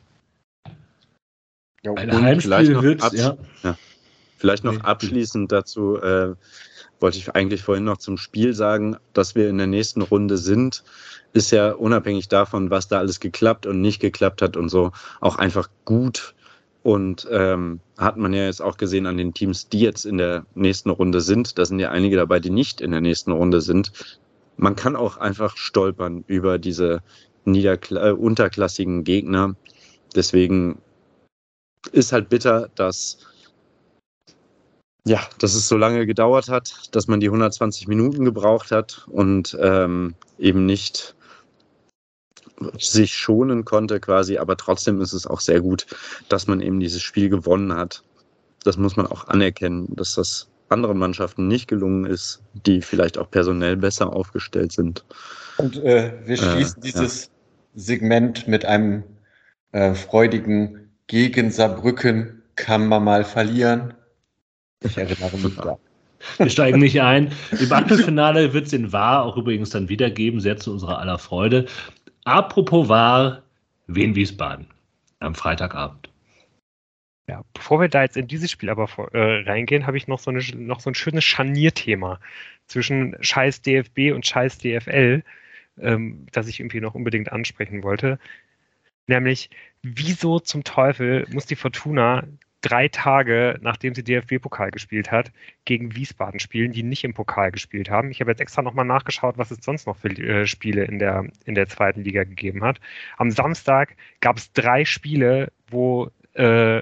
Ja, ein Heimspiel wird, ja. ja. Vielleicht noch Nee, abschließend dazu, äh, wollte ich eigentlich vorhin noch zum Spiel sagen, dass wir in der nächsten Runde sind, ist ja unabhängig davon, was da alles geklappt und nicht geklappt hat und so, auch einfach gut. Und ähm, hat man ja jetzt auch gesehen an den Teams, die jetzt in der nächsten Runde sind. Da sind ja einige dabei, die nicht in der nächsten Runde sind. Man kann auch einfach stolpern über diese niederkla- äh, unterklassigen Gegner. Deswegen ist halt bitter, dass ja, dass es so lange gedauert hat, dass man die hundertzwanzig Minuten gebraucht hat und ähm, eben nicht sich schonen konnte quasi, aber trotzdem ist es auch sehr gut, dass man eben dieses Spiel gewonnen hat. Das muss man auch anerkennen, dass das anderen Mannschaften nicht gelungen ist, die vielleicht auch personell besser aufgestellt sind. Und äh, wir schließen äh, dieses ja. Segment mit einem äh, freudigen gegen Saarbrücken kann man mal verlieren. Ich erinnere mich da. Wir steigen nicht ein. Im Achtelfinale wird es in War auch übrigens dann wieder geben, sehr zu unserer aller Freude. Apropos War, Wien Wiesbaden am Freitagabend. Ja, bevor wir da jetzt in dieses Spiel aber vor, äh, reingehen, habe ich noch so, eine, noch so ein schönes Scharnierthema zwischen scheiß D F B und scheiß D F L, ähm, das ich irgendwie noch unbedingt ansprechen wollte. Nämlich, wieso zum Teufel muss die Fortuna drei Tage, nachdem sie D F B-Pokal gespielt hat, gegen Wiesbaden spielen, die nicht im Pokal gespielt haben. Ich habe jetzt extra nochmal nachgeschaut, was es sonst noch für äh, Spiele in der, in der zweiten Liga gegeben hat. Am Samstag gab es drei Spiele, wo äh,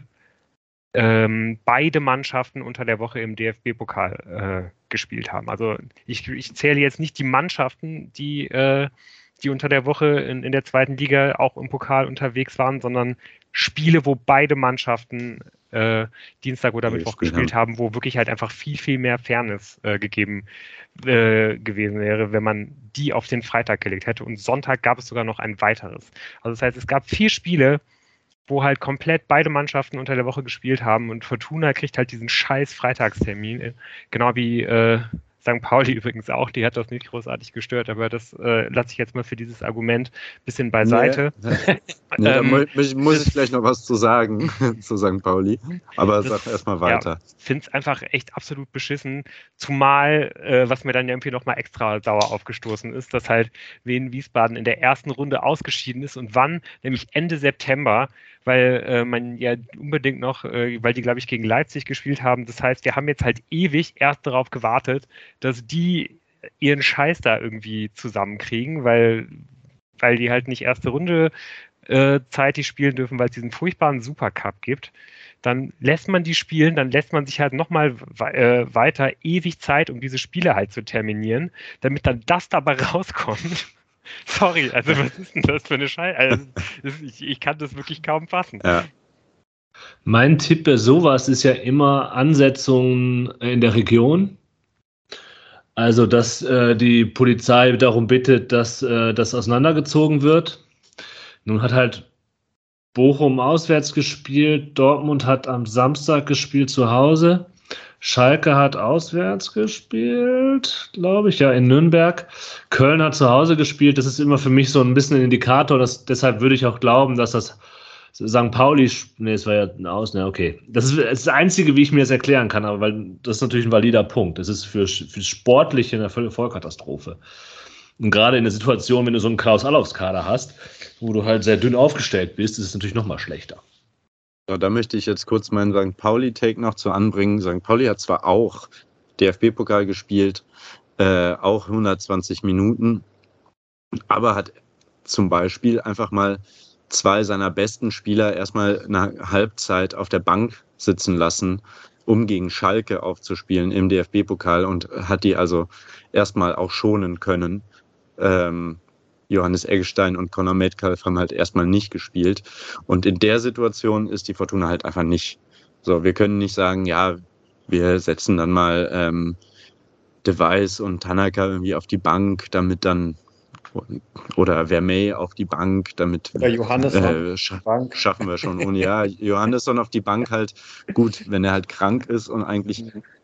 ähm, beide Mannschaften unter der Woche im D F B-Pokal äh, gespielt haben. Also ich, ich zähle jetzt nicht die Mannschaften, die, äh, die unter der Woche in, in der zweiten Liga auch im Pokal unterwegs waren, sondern Spiele, wo beide Mannschaften äh, Dienstag oder Mittwoch gespielt haben. haben, wo wirklich halt einfach viel, viel mehr Fairness äh, gegeben äh, gewesen wäre, wenn man die auf den Freitag gelegt hätte. Und Sonntag gab es sogar noch ein weiteres. Also das heißt, es gab vier Spiele, wo halt komplett beide Mannschaften unter der Woche gespielt haben und Fortuna kriegt halt diesen scheiß Freitagstermin, genau wie äh, Sankt Pauli übrigens auch, die hat das nicht großartig gestört, aber das äh, lasse ich jetzt mal für dieses Argument ein bisschen beiseite. Nee, nee, ähm, da muss, muss ich gleich noch was zu sagen, zu Sankt Pauli, aber das, sag erstmal weiter. Ja, ich finde es einfach echt absolut beschissen, zumal, äh, was mir dann ja irgendwie nochmal extra sauer aufgestoßen ist, dass halt Wien Wiesbaden in der ersten Runde ausgeschieden ist und wann? Nämlich Ende September, weil äh, man ja unbedingt noch, äh, weil die, glaube ich, gegen Leipzig gespielt haben. Das heißt, wir haben jetzt halt ewig erst darauf gewartet, dass die ihren Scheiß da irgendwie zusammenkriegen, weil, weil die halt nicht erste Runde äh, zeitig spielen dürfen, weil es diesen furchtbaren Supercup gibt. dann lässt man die spielen, dann lässt man sich halt nochmal äh, weiter ewig Zeit, um diese Spiele halt zu terminieren, damit dann das dabei rauskommt. Sorry, also was ist denn das für eine Scheiße? Also, ich, ich kann das wirklich kaum fassen. Ja. Mein Tipp bei sowas ist ja immer Ansetzungen in der Region. Also, dass äh, die Polizei darum bittet, dass äh, das auseinandergezogen wird. Nun hat halt Bochum auswärts gespielt, Dortmund hat am Samstag gespielt zu Hause, Schalke hat auswärts gespielt, glaube ich, ja, in Nürnberg. Köln hat zu Hause gespielt. Das ist immer für mich so ein bisschen ein Indikator. Dass, deshalb würde ich auch glauben, dass das Sankt Pauli, nee, es war ja ein Aus, ne, okay. Das ist das Einzige, wie ich mir das erklären kann, aber weil das ist natürlich ein valider Punkt. Das ist für, für Sportliche eine völlige Vollkatastrophe. Und gerade in der Situation, wenn du so einen Klaus-Allofs-Kader hast, wo du halt sehr dünn aufgestellt bist, ist es natürlich noch mal schlechter. Ja, da möchte ich jetzt kurz meinen Sankt Pauli-Take noch zu anbringen. Sankt Pauli hat zwar auch D F B-Pokal gespielt, äh, auch hundertzwanzig Minuten, aber hat zum Beispiel einfach mal zwei seiner besten Spieler erstmal eine Halbzeit auf der Bank sitzen lassen, um gegen Schalke aufzuspielen im D F B-Pokal und hat die also erstmal auch schonen können. Ähm, Johannes Eggestein und Conor Metcalf haben halt erstmal nicht gespielt. Und in der Situation ist die Fortuna halt einfach nicht. So, wir können nicht sagen, ja, wir setzen dann mal ähm, De Wijs und Tanaka irgendwie auf die Bank, damit dann oder Vermey auf die Bank, damit Oder Johannesson äh, scha- Bank. schaffen wir schon ohne. Ja, Johannesson auf die Bank halt gut, wenn er halt krank ist und eigentlich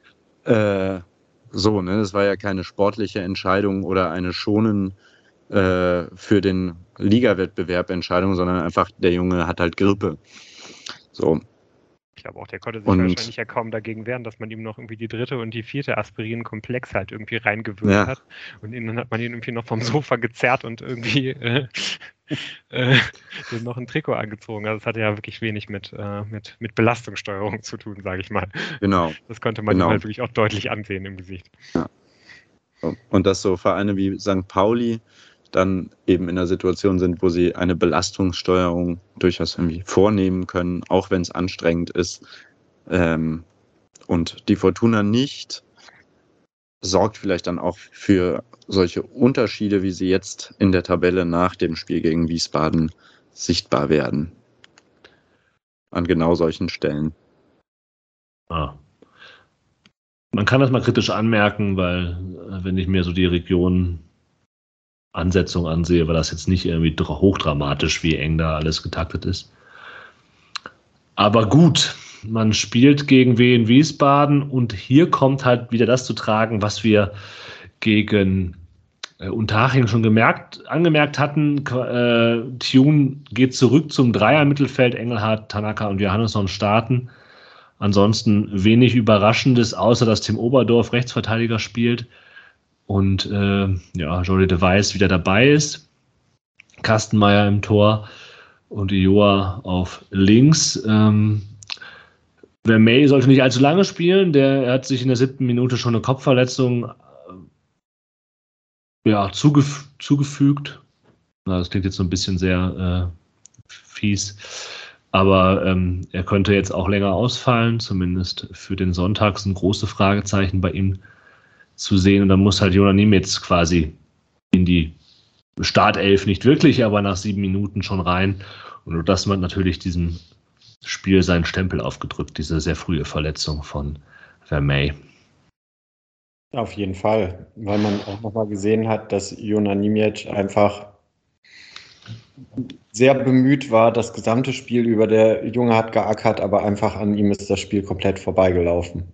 äh, so, ne, das war ja keine sportliche Entscheidung oder eine schonen äh, für den Ligawettbewerb Entscheidung, sondern einfach der Junge hat halt Grippe. So. Ich glaube auch, der konnte sich Und- wahrscheinlich ja kaum dagegen wehren, dass man ihm noch irgendwie die dritte und die vierte Aspirin-Komplex halt irgendwie reingewürgt Ja. hat. Und ihn, dann hat man ihn irgendwie noch vom Sofa gezerrt und irgendwie äh, äh, dem noch ein Trikot angezogen. Also es hatte ja wirklich wenig mit, äh, mit, mit Belastungssteuerung zu tun, sage ich mal. Genau. Das konnte man Genau. ihm halt wirklich auch deutlich ansehen im Gesicht. So. Und dass so Vereine wie Sankt Pauli dann eben in der Situation sind, wo sie eine Belastungssteuerung durchaus irgendwie vornehmen können, auch wenn es anstrengend ist. Ähm, und die Fortuna nicht, sorgt vielleicht dann auch für solche Unterschiede, wie sie jetzt in der Tabelle nach dem Spiel gegen Wiesbaden sichtbar werden. An genau solchen Stellen. Ah. Man kann das mal kritisch anmerken, weil äh, wenn ich mir so die Region Ansetzung ansehe, war das jetzt nicht irgendwie dra- hochdramatisch, wie eng da alles getaktet ist. Aber gut, man spielt gegen Wien Wiesbaden und hier kommt halt wieder das zu tragen, was wir gegen äh, Unterhaching schon gemerkt, angemerkt hatten. Äh, Tune geht zurück zum Dreier-Mittelfeld, Engelhardt, Tanaka und Johannesson starten. Ansonsten wenig Überraschendes, außer dass Tim Oberdorf Rechtsverteidiger spielt und äh, ja, Jordi de Wijs wieder dabei ist. Kastenmeier im Tor und Joa auf links. Ähm, Vermey sollte nicht allzu lange spielen. Der er hat sich in der siebten Minute schon eine Kopfverletzung äh, ja, zugef- zugefügt. Na, das klingt jetzt so ein bisschen sehr äh, fies. Aber ähm, er könnte jetzt auch länger ausfallen, zumindest für den Sonntag sind große Fragezeichen bei ihm zu sehen. Und dann muss halt Jonas Niemetz quasi in die Startelf, nicht wirklich, aber nach sieben Minuten schon rein. Und das hat natürlich diesem Spiel seinen Stempel aufgedrückt, diese sehr frühe Verletzung von Vermey. Auf jeden Fall, weil man auch nochmal gesehen hat, dass Jonas Niemetz einfach sehr bemüht war, das gesamte Spiel über. Der Junge hat geackert, aber einfach an ihm ist das Spiel komplett vorbeigelaufen.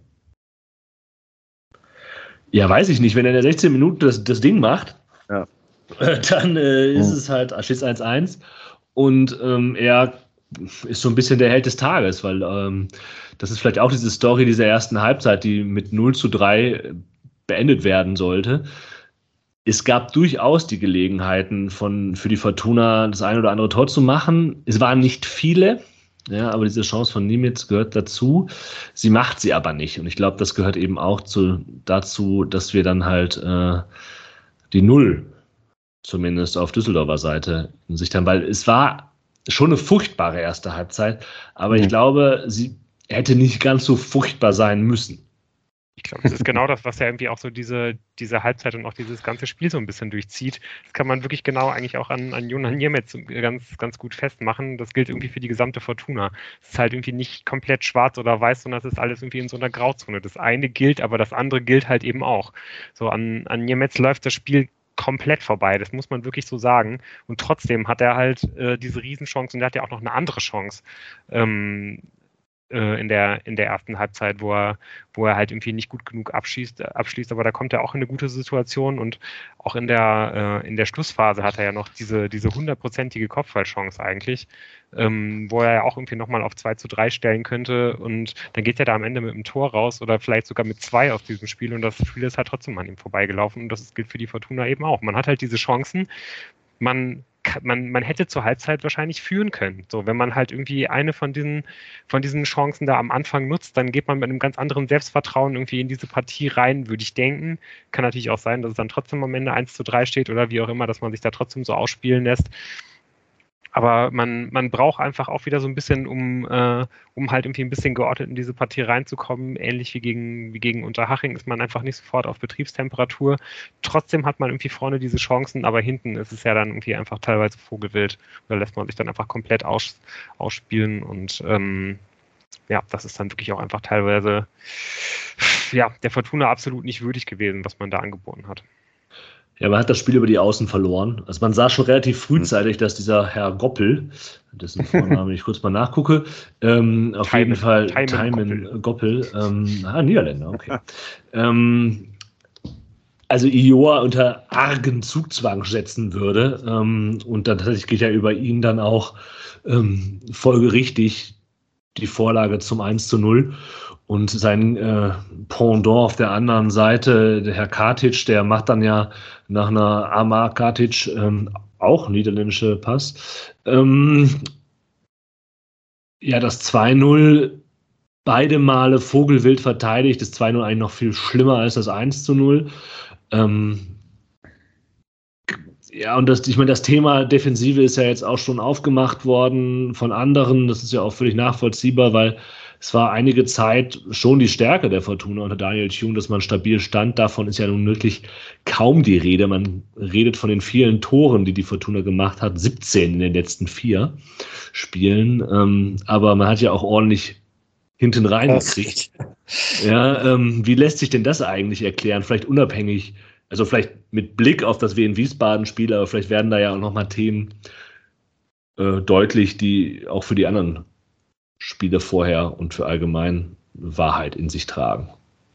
Ja, weiß ich nicht. Wenn er in der sechzehn Minuten das, das Ding macht, Ja. äh, dann äh, ist Mhm. es halt Schiss eins eins. Und ähm, er ist so ein bisschen der Held des Tages, weil ähm, das ist vielleicht auch diese Story dieser ersten Halbzeit, die mit null zu drei beendet werden sollte. Es gab durchaus die Gelegenheiten von, für die Fortuna das eine oder andere Tor zu machen. Es waren nicht viele, ja, aber diese Chance von Niemetz gehört dazu. Sie macht sie aber nicht. Und ich glaube, das gehört eben auch zu, dazu, dass wir dann halt äh, die Null zumindest auf Düsseldorfer Seite in Sicht haben, weil es war schon eine furchtbare erste Halbzeit, aber Mhm. ich glaube, sie hätte nicht ganz so furchtbar sein müssen. Ich glaube, das ist genau das, was ja irgendwie auch so diese, diese Halbzeit und auch dieses ganze Spiel so ein bisschen durchzieht. Das kann man wirklich genau eigentlich auch an, an Jonas Niemetz ganz, ganz gut festmachen. Das gilt irgendwie für die gesamte Fortuna. Es ist halt irgendwie nicht komplett schwarz oder weiß, sondern es ist alles irgendwie in so einer Grauzone. Das eine gilt, aber das andere gilt halt eben auch. So an, an Niemetz läuft das Spiel komplett vorbei, das muss man wirklich so sagen. Und trotzdem hat er halt äh, diese Riesenchance und er hat ja auch noch eine andere Chance. Ähm, in der, in der ersten Halbzeit, wo er, wo er halt irgendwie nicht gut genug abschießt, abschließt, aber da kommt er auch in eine gute Situation und auch in der, äh, in der Schlussphase hat er ja noch diese, diese hundertprozentige Kopfballchance eigentlich, ähm, wo er ja auch irgendwie nochmal auf zwei zu drei stellen könnte und dann geht er da am Ende mit einem Tor raus oder vielleicht sogar mit zwei aus diesem Spiel und das Spiel ist halt trotzdem an ihm vorbeigelaufen und das gilt für die Fortuna eben auch. Man hat halt diese Chancen, man Man, man hätte zur Halbzeit wahrscheinlich führen können. So, wenn man halt irgendwie eine von diesen, von diesen Chancen da am Anfang nutzt, dann geht man mit einem ganz anderen Selbstvertrauen irgendwie in diese Partie rein, würde ich denken. Kann natürlich auch sein, dass es dann trotzdem am Ende eins zu drei steht oder wie auch immer, dass man sich da trotzdem so ausspielen lässt. Aber man, man braucht einfach auch wieder so ein bisschen, um, äh, um halt irgendwie ein bisschen geordnet in diese Partie reinzukommen. Ähnlich wie gegen, wie gegen Unterhaching ist man einfach nicht sofort auf Betriebstemperatur. Trotzdem hat man irgendwie vorne diese Chancen, aber hinten ist es ja dann irgendwie einfach teilweise vogelwild. Da lässt man sich dann einfach komplett aus, ausspielen und ähm, ja, das ist dann wirklich auch einfach teilweise ja, der Fortuna absolut nicht würdig gewesen, was man da angeboten hat. Ja, man hat das Spiel über die Außen verloren. Also man sah schon relativ frühzeitig, dass dieser Herr Goppel, dessen Vorname ich kurz mal nachgucke, ähm, auf Thymen, jeden Fall Thymen Thymen Goppel, ähm, ah, Niederländer, okay. ähm, also Ioa unter argen Zugzwang setzen würde. Ähm, und dann tatsächlich geht ja über ihn dann auch ähm, folgerichtig die Vorlage zum eins zu null. Und sein äh, Pendant auf der anderen Seite, der Herr Katic, der macht dann ja nach einer Amar Katic ähm, auch niederländische Pass. Ähm, ja, das zwei null, beide Male vogelwild verteidigt. Das zwei null eigentlich noch viel schlimmer als das eins zu null. Ähm, ja, und das, ich meine, das Thema Defensive ist ja jetzt auch schon aufgemacht worden von anderen. Das ist ja auch völlig nachvollziehbar, weil es war einige Zeit schon die Stärke der Fortuna unter Daniel Thune, dass man stabil stand. Davon ist ja nun wirklich kaum die Rede. Man redet von den vielen Toren, die die Fortuna gemacht hat. siebzehn in den letzten vier Spielen. Ähm, aber man hat ja auch ordentlich hinten reingekriegt. Ja, ähm, wie lässt sich denn das eigentlich erklären? Vielleicht unabhängig, also vielleicht mit Blick auf das Wien Wiesbaden-Spiel, aber vielleicht werden da ja auch nochmal Themen äh, deutlich, die auch für die anderen Spiele vorher und für allgemein Wahrheit in sich tragen.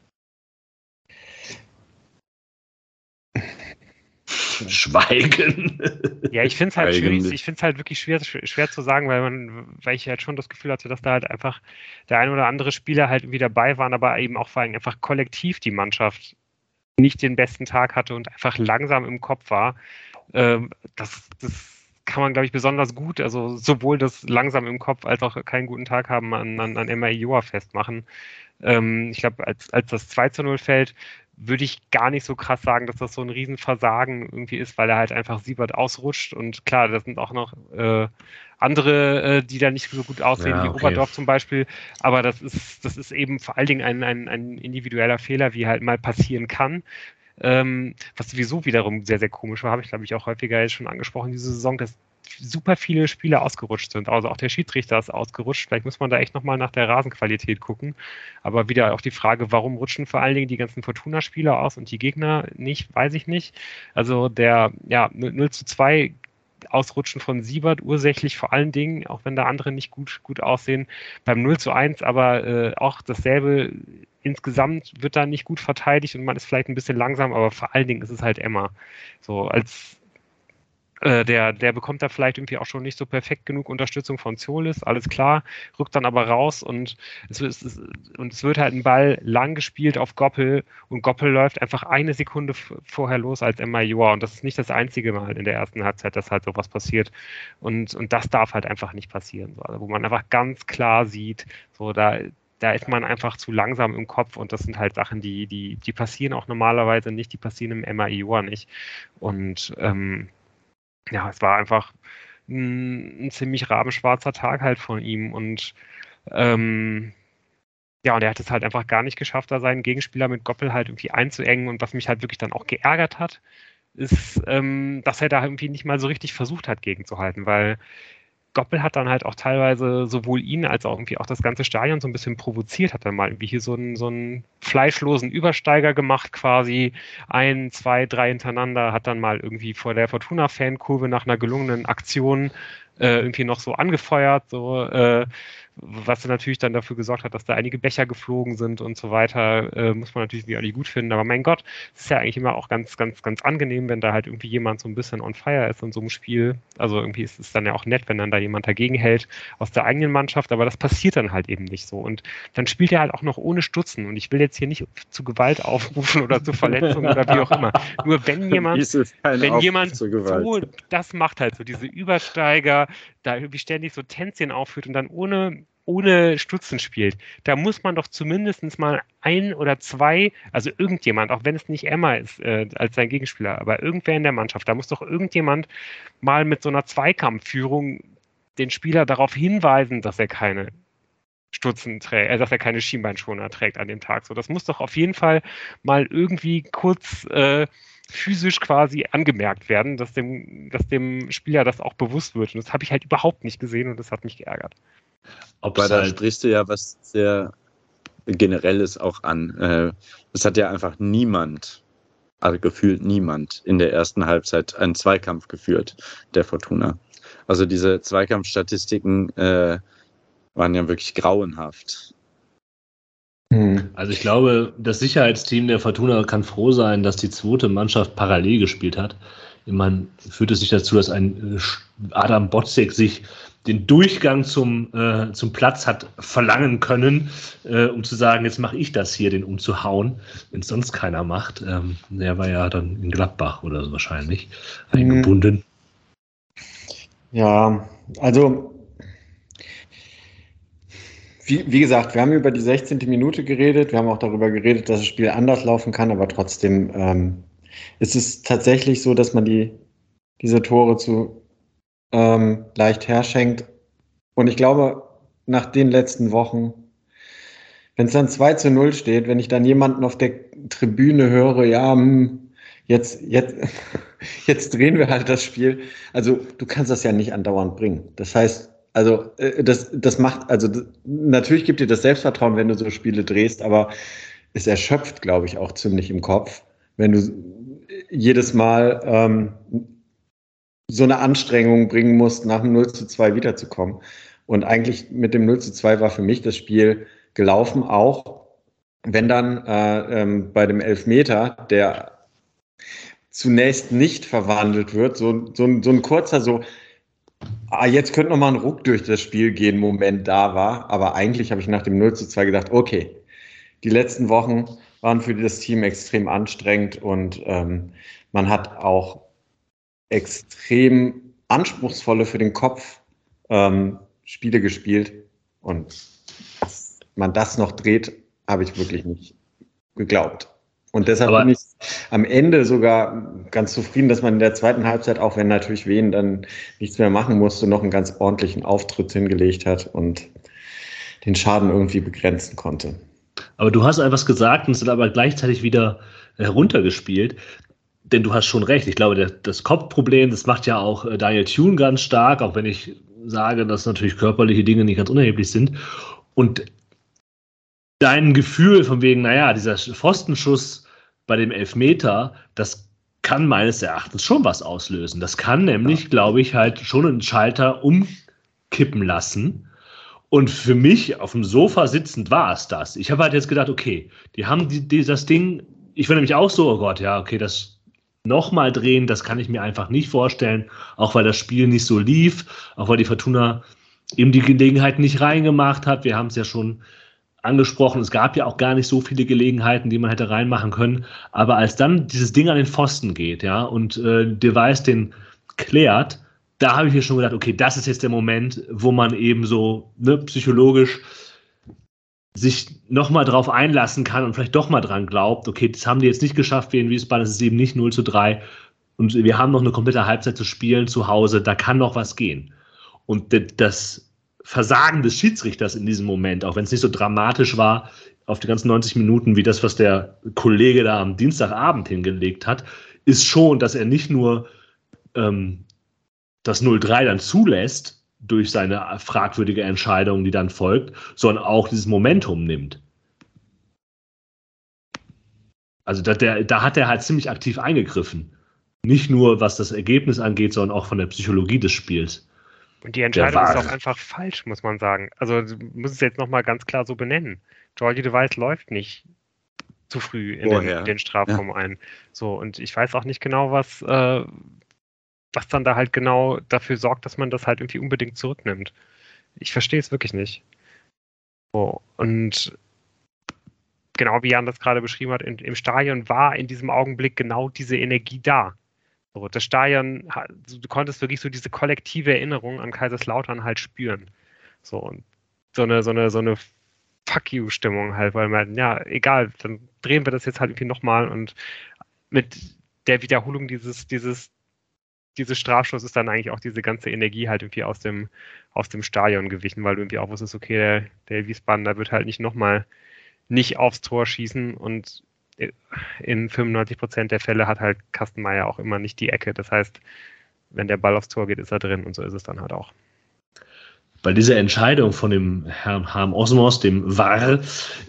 Schweigen. Ja, ich finde es halt schwierig, ich finde es halt wirklich schwer, schwer zu sagen, weil man, weil ich halt schon das Gefühl hatte, dass da halt einfach der ein oder andere Spieler halt irgendwie dabei waren, aber eben auch vor allem einfach kollektiv die Mannschaft nicht den besten Tag hatte und einfach langsam im Kopf war. Ähm, das, das kann man, glaube ich, besonders gut, also sowohl das langsam im Kopf als auch keinen guten Tag haben an, an, an Emma Ioa festmachen. Ähm, ich glaube, als, als das zwei zu null fällt, würde ich gar nicht so krass sagen, dass das so ein Riesenversagen irgendwie ist, weil er halt einfach Siebert ausrutscht und klar, das sind auch noch äh, andere, äh, die da nicht so gut aussehen, ja, wie okay. Oberdorf zum Beispiel, aber das ist, das ist eben vor allen Dingen ein, ein, ein individueller Fehler, wie halt mal passieren kann. Ähm, was sowieso wiederum sehr, sehr komisch war, habe ich glaube ich auch häufiger jetzt schon angesprochen, diese Saison, dass super viele Spieler ausgerutscht sind. Also auch der Schiedsrichter ist ausgerutscht. Vielleicht muss man da echt nochmal nach der Rasenqualität gucken. Aber wieder auch die Frage, warum rutschen vor allen Dingen die ganzen Fortuna-Spieler aus und die Gegner nicht, weiß ich nicht. Also der ja, null zu zwei Ausrutschen von Siebert ursächlich vor allen Dingen, auch wenn da andere nicht gut, gut aussehen. Beim null zu eins aber äh, auch dasselbe. Insgesamt wird da nicht gut verteidigt und man ist vielleicht ein bisschen langsam, aber vor allen Dingen ist es halt Emma. So als äh, der, der bekommt da vielleicht irgendwie auch schon nicht so perfekt genug Unterstützung von Zolis, alles klar, rückt dann aber raus und es, es, und es wird halt ein Ball lang gespielt auf Goppel und Goppel läuft einfach eine Sekunde f- vorher los als Emma Ioa und das ist nicht das einzige Mal in der ersten Halbzeit, dass halt sowas passiert und, und das darf halt einfach nicht passieren, so. Also, wo man einfach ganz klar sieht, so da Da ist man einfach zu langsam im Kopf und das sind halt Sachen, die, die, die passieren auch normalerweise nicht, die passieren im Emma Ioa nicht. Und ähm, ja, es war einfach ein, ein ziemlich rabenschwarzer Tag halt von ihm und ähm, Ja, und er hat es halt einfach gar nicht geschafft, da seinen Gegenspieler mit Goppel halt irgendwie einzuengen. Und was mich halt wirklich dann auch geärgert hat, ist, ähm, dass er da irgendwie nicht mal so richtig versucht hat, gegenzuhalten, weil Goppel hat dann halt auch teilweise sowohl ihn als auch irgendwie auch das ganze Stadion so ein bisschen provoziert, hat dann mal irgendwie hier so einen, so einen fleischlosen Übersteiger gemacht, quasi ein, zwei, drei hintereinander, hat dann mal irgendwie vor der Fortuna-Fankurve nach einer gelungenen Aktion äh, irgendwie noch so angefeuert, so, äh, was natürlich dann dafür gesorgt hat, dass da einige Becher geflogen sind und so weiter, äh, muss man natürlich auch nicht gut finden, aber mein Gott, es ist ja eigentlich immer auch ganz, ganz, ganz angenehm, wenn da halt irgendwie jemand so ein bisschen on fire ist in so einem Spiel, also irgendwie ist es dann ja auch nett, wenn dann da jemand dagegen hält aus der eigenen Mannschaft, aber das passiert dann halt eben nicht so und dann spielt er halt auch noch ohne Stutzen und ich will jetzt hier nicht zu Gewalt aufrufen oder zu Verletzungen oder wie auch immer, nur wenn jemand, wenn jemand so das macht halt so, diese Übersteiger, da irgendwie ständig so Tänzchen aufführt und dann ohne, ohne Stutzen spielt, da muss man doch zumindest mal ein oder zwei, also irgendjemand, auch wenn es nicht Emma ist äh, als sein Gegenspieler, aber irgendwer in der Mannschaft, da muss doch irgendjemand mal mit so einer Zweikampfführung den Spieler darauf hinweisen, dass er keine Stutzen trägt, äh, dass er keine Schienbeinschoner trägt an dem Tag. So, das muss doch auf jeden Fall mal irgendwie kurz äh, physisch quasi angemerkt werden, dass dem, dass dem Spieler das auch bewusst wird. Und das habe ich halt überhaupt nicht gesehen und das hat mich geärgert. Aber da halt sprichst du ja was sehr Generelles auch an. Es hat ja einfach niemand, also gefühlt niemand, in der ersten Halbzeit einen Zweikampf geführt, der Fortuna. Also diese Zweikampfstatistiken äh, waren ja wirklich grauenhaft. Also ich glaube, das Sicherheitsteam der Fortuna kann froh sein, dass die zweite Mannschaft parallel gespielt hat. Man führt es sich dazu, dass ein Adam Botzek sich den Durchgang zum, äh, zum Platz hat verlangen können, äh, um zu sagen, jetzt mache ich das hier, den umzuhauen, wenn es sonst keiner macht. Ähm, der war ja dann in Gladbach oder so wahrscheinlich eingebunden. Ja, also Wie, wie gesagt, wir haben über die sechzehnte Minute geredet, wir haben auch darüber geredet, dass das Spiel anders laufen kann, aber trotzdem ähm, ist es tatsächlich so, dass man die, diese Tore zu ähm, leicht herschenkt. Und ich glaube, nach den letzten Wochen, wenn es dann zwei zu null steht, wenn ich dann jemanden auf der Tribüne höre, ja, hm, jetzt, jetzt, jetzt drehen wir halt das Spiel. Also du kannst das ja nicht andauernd bringen. Das heißt, Also das, das macht, also das, natürlich gibt dir das Selbstvertrauen, wenn du so Spiele drehst, aber es erschöpft, glaube ich, auch ziemlich im Kopf, wenn du jedes Mal ähm, so eine Anstrengung bringen musst, nach dem null zu zwei wiederzukommen. Und eigentlich mit dem null zu zwei war für mich das Spiel gelaufen, auch wenn dann äh, ähm, bei dem Elfmeter, der zunächst nicht verwandelt wird, so, so, so ein kurzer, so Ah, jetzt könnte noch mal ein Ruck durch das Spiel gehen, Moment da war. Aber eigentlich habe ich nach dem null zu zwei gedacht, okay, die letzten Wochen waren für das Team extrem anstrengend und ähm, man hat auch extrem anspruchsvolle für den Kopf ähm, Spiele gespielt. Und dass man das noch dreht, habe ich wirklich nicht geglaubt. Und deshalb Aber bin ich am Ende sogar ganz zufrieden, dass man in der zweiten Halbzeit, auch wenn natürlich Wien dann nichts mehr machen musste, noch einen ganz ordentlichen Auftritt hingelegt hat und den Schaden irgendwie begrenzen konnte. Aber du hast etwas gesagt und es hat aber gleichzeitig wieder heruntergespielt. Denn du hast schon recht. Ich glaube, das Kopfproblem, das macht ja auch Daniel Thune ganz stark, auch wenn ich sage, dass natürlich körperliche Dinge nicht ganz unerheblich sind. Und dein Gefühl von wegen, naja, dieser Pfostenschuss bei dem Elfmeter, das kann meines Erachtens schon was auslösen. Das kann nämlich, ja. glaube ich, halt schon einen Schalter umkippen lassen. Und für mich auf dem Sofa sitzend war es das. Ich habe halt jetzt gedacht, okay, die haben die, die, das Ding, ich war nämlich auch so, oh Gott, ja, okay, das nochmal drehen, das kann ich mir einfach nicht vorstellen, auch weil das Spiel nicht so lief, auch weil die Fortuna eben die Gelegenheit nicht reingemacht hat. Wir haben es ja schon angesprochen, es gab ja auch gar nicht so viele Gelegenheiten, die man hätte reinmachen können, aber als dann dieses Ding an den Pfosten geht, ja, und äh, Device den klärt, da habe ich mir schon gedacht, okay, das ist jetzt der Moment, wo man eben so ne, psychologisch sich nochmal drauf einlassen kann und vielleicht doch mal dran glaubt, okay, das haben die jetzt nicht geschafft wie in Wiesbaden, das ist eben nicht null zu drei und wir haben noch eine komplette Halbzeit zu spielen zu Hause, da kann noch was gehen. Und das Versagen des Schiedsrichters in diesem Moment, auch wenn es nicht so dramatisch war, auf die ganzen neunzig Minuten, wie das, was der Kollege da am Dienstagabend hingelegt hat, ist schon, dass er nicht nur ähm, das null drei dann zulässt durch seine fragwürdige Entscheidung, die dann folgt, sondern auch dieses Momentum nimmt. Also da, der, da hat er halt ziemlich aktiv eingegriffen. Nicht nur, was das Ergebnis angeht, sondern auch von der Psychologie des Spiels. Und die Entscheidung ist auch einfach falsch, muss man sagen. Also du musst es jetzt nochmal ganz klar so benennen. Jordi de Wijs läuft nicht zu früh in, oh, den, ja. in den Strafraum ja. ein. So, und ich weiß auch nicht genau, was, äh, was dann da halt genau dafür sorgt, dass man das halt irgendwie unbedingt zurücknimmt. Ich verstehe es wirklich nicht. So, und genau wie Jan das gerade beschrieben hat, in, im Stadion war in diesem Augenblick genau diese Energie da. So, das Stadion, du konntest wirklich so diese kollektive Erinnerung an Kaiserslautern halt spüren. So, und so eine, so eine, so eine Fuck-you-Stimmung halt, weil man, ja, egal, dann drehen wir das jetzt halt irgendwie nochmal und mit der Wiederholung dieses, dieses, dieses Strafstoß ist dann eigentlich auch diese ganze Energie halt irgendwie aus dem, aus dem Stadion gewichen, weil du irgendwie auch wusstest, okay, der, der Wiesbaden, da wird halt nicht nochmal nicht aufs Tor schießen und in fünfundneunzig Prozent der Fälle hat halt Kastenmeier auch immer nicht die Ecke. Das heißt, wenn der Ball aufs Tor geht, ist er drin und so ist es dann halt auch. Bei dieser Entscheidung von dem Herrn Harm Osmos, dem V A R,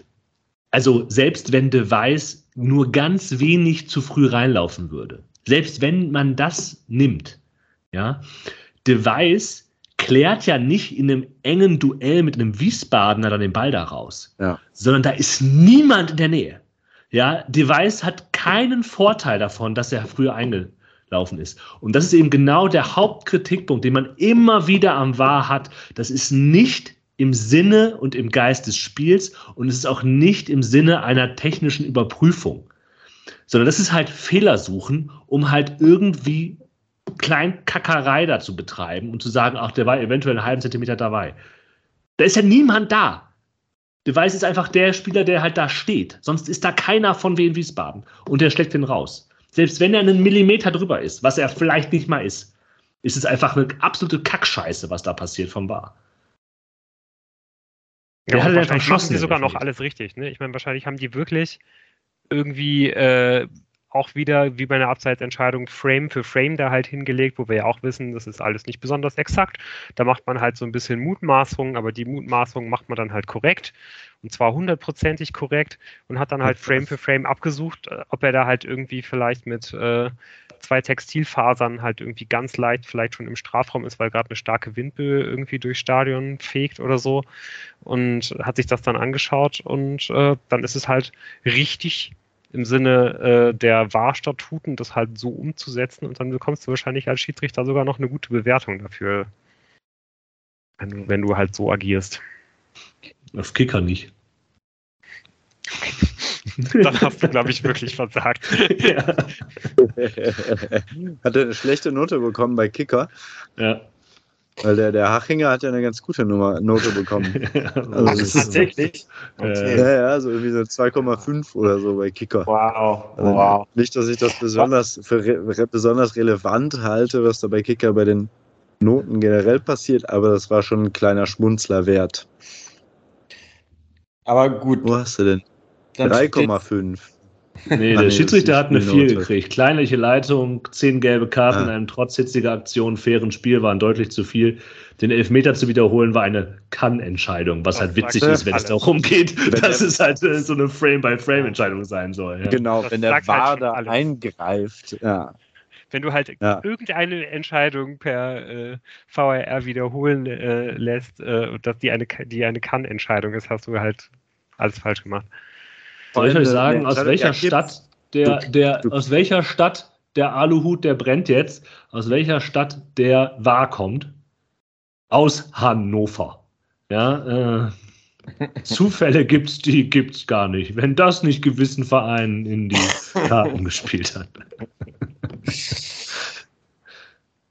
also selbst wenn de Wijs nur ganz wenig zu früh reinlaufen würde, selbst wenn man das nimmt, ja, de Wijs klärt ja nicht in einem engen Duell mit einem Wiesbadener dann den Ball da raus, ja. sondern da ist niemand in der Nähe. Ja, de Wijs hat keinen Vorteil davon, dass er früher eingelaufen ist. Und das ist eben genau der Hauptkritikpunkt, den man immer wieder am V A R hat. Das ist nicht im Sinne und im Geist des Spiels und es ist auch nicht im Sinne einer technischen Überprüfung, sondern das ist halt Fehlersuchen, um halt irgendwie Kleinkackerei da zu betreiben und zu sagen, ach, der war eventuell einen halben Zentimeter dabei. Da ist ja niemand da. De Wijs ist einfach der Spieler, der halt da steht. Sonst ist da keiner von Wien Wiesbaden. Und der schlägt den raus. Selbst wenn er einen Millimeter drüber ist, was er vielleicht nicht mal ist, ist es einfach eine absolute Kackscheiße, was da passiert vom V A R. Der ja, hat wahrscheinlich machen die sogar noch alles richtig. Ne? Ich meine, wahrscheinlich haben die wirklich irgendwie äh, auch wieder, wie bei einer Abseitsentscheidung, Frame für Frame da halt hingelegt, wo wir ja auch wissen, das ist alles nicht besonders exakt. Da macht man halt so ein bisschen Mutmaßungen, aber die Mutmaßungen macht man dann halt korrekt. Und zwar hundertprozentig korrekt und hat dann halt Frame für Frame abgesucht, ob er da halt irgendwie vielleicht mit äh, zwei Textilfasern halt irgendwie ganz leicht vielleicht schon im Strafraum ist, weil gerade eine starke Windböe irgendwie durchs Stadion fegt oder so. Und hat sich das dann angeschaut und äh, dann ist es halt richtig im Sinne äh, der V A R-Statuten, das halt so umzusetzen und dann bekommst du wahrscheinlich als Schiedsrichter sogar noch eine gute Bewertung dafür, wenn du, wenn du halt so agierst. Auf Kicker nicht. Dann hast du, glaube ich, wirklich versagt. Ja. Hat er eine schlechte Note bekommen bei Kicker? Ja. Weil der, der Hachinger hat ja eine ganz gute Nummer, Note bekommen. Also das tatsächlich? Okay. Ja, ja, so irgendwie so zwei Komma fünf oder so bei Kicker. Wow, also wow. Nicht, dass ich das besonders für re besonders relevant halte, was da bei Kicker bei den Noten generell passiert, aber das war schon ein kleiner Schmunzler wert. Aber gut. Wo hast du denn? drei Komma fünf. Nee, der nee, Schiedsrichter hat eine vier gekriegt. Kleinliche Leitung, zehn gelbe Karten, ah. eine trotzhitzige Aktion, fairen Spiel waren deutlich zu viel. Den Elfmeter zu wiederholen war eine Kann-Entscheidung, was das halt witzig ist, wenn alles. es darum geht, wenn dass es halt so eine Frame-by-Frame-Entscheidung sein soll. Ja. Genau, das wenn der V A R halt da eingreift. Ja. Wenn du halt ja. irgendeine Entscheidung per äh, V A R wiederholen äh, lässt, äh, dass die eine, die eine Kann-Entscheidung ist, hast du halt alles falsch gemacht. Soll ich euch sagen, aus welcher Stadt der, der, aus welcher Stadt der Aluhut, der brennt jetzt, aus welcher Stadt der V A R kommt? Aus Hannover. Ja, äh, Zufälle gibt's, die gibt's gar nicht. Wenn das nicht gewissen Vereinen in die Karten gespielt hat.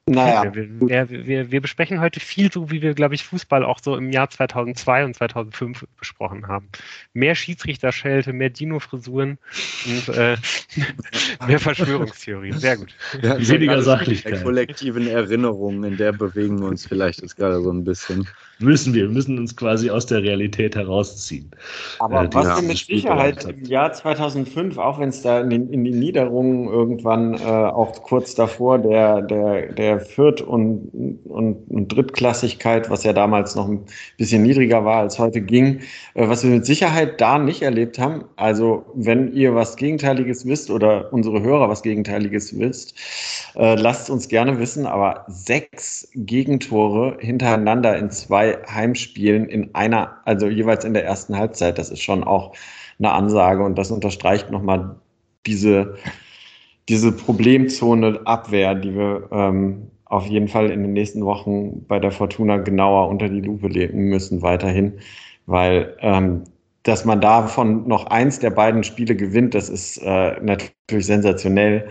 Naja, Wir, wir, wir, wir besprechen heute viel so, wie wir, glaube ich, Fußball auch so im Jahr zweitausendzwei und zweitausendfünf besprochen haben. Mehr Schiedsrichterschelte, mehr Dino-Frisuren und äh, mehr Verschwörungstheorien. Sehr gut. Ja, Weniger der Sachlichkeit. kollektiven Erinnerung, in der bewegen wir uns vielleicht jetzt gerade so ein bisschen. Müssen wir, wir müssen uns quasi aus der Realität herausziehen. aber Äh, die was ja, wir mit das Spiel Sicherheit bereitet hat. im Jahr zweitausendfünf, auch wenn es da in den, in den Niederungen irgendwann äh, auch kurz davor der, der, der Viert- und, und, und Drittklassigkeit, was ja damals noch ein bisschen niedriger war als heute ging, äh, was wir mit Sicherheit da nicht erlebt haben. Also wenn ihr was Gegenteiliges wisst oder unsere Hörer was Gegenteiliges wisst, äh, lasst uns gerne wissen, aber sechs Gegentore hintereinander in zwei Heimspielen in einer, also jeweils in der ersten Halbzeit, das ist schon auch eine Ansage und das unterstreicht nochmal diese, diese Problemzone Abwehr, die wir ähm, auf jeden Fall in den nächsten Wochen bei der Fortuna genauer unter die Lupe legen müssen, weiterhin, weil ähm, dass man davon noch eins der beiden Spiele gewinnt, das ist äh, natürlich sensationell,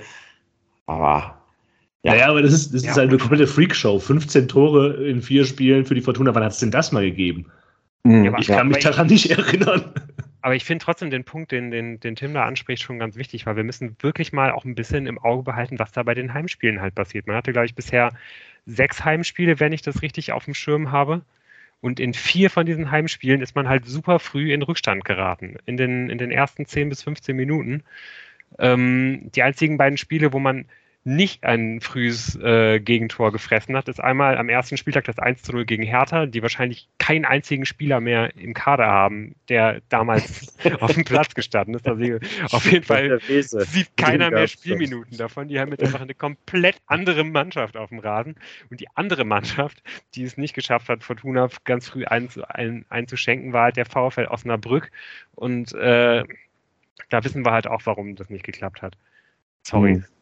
aber ja. Naja, aber das ist, das Ja. ist halt eine komplette Freakshow. fünfzehn Tore in vier Spielen für die Fortuna. Wann hat es denn das mal gegeben? Mhm. aber- Ich kann mich aber daran nicht erinnern. Aber ich finde trotzdem den Punkt, den, den, den Tim da anspricht, schon ganz wichtig, weil wir müssen wirklich mal auch ein bisschen im Auge behalten, was da bei den Heimspielen halt passiert. Man hatte, glaube ich, bisher sechs Heimspiele, wenn ich das richtig auf dem Schirm habe. Und in vier von diesen Heimspielen ist man halt super früh in Rückstand geraten. In den, in den ersten zehn bis fünfzehn Minuten. Ähm, die einzigen beiden Spiele, wo man nicht ein frühes äh, Gegentor gefressen hat, ist einmal am ersten Spieltag das eins zu null gegen Hertha, die wahrscheinlich keinen einzigen Spieler mehr im Kader haben, der damals auf dem Platz gestanden ist. Also auf jeden Fall sieht keiner mehr Spielminuten davon. Die haben jetzt einfach eine komplett andere Mannschaft auf dem Rasen. Und die andere Mannschaft, die es nicht geschafft hat, Fortuna ganz früh einzu, ein, einzuschenken, war halt der VfL Osnabrück. Und äh, da wissen wir halt auch, warum das nicht geklappt hat. Sorry. Hm.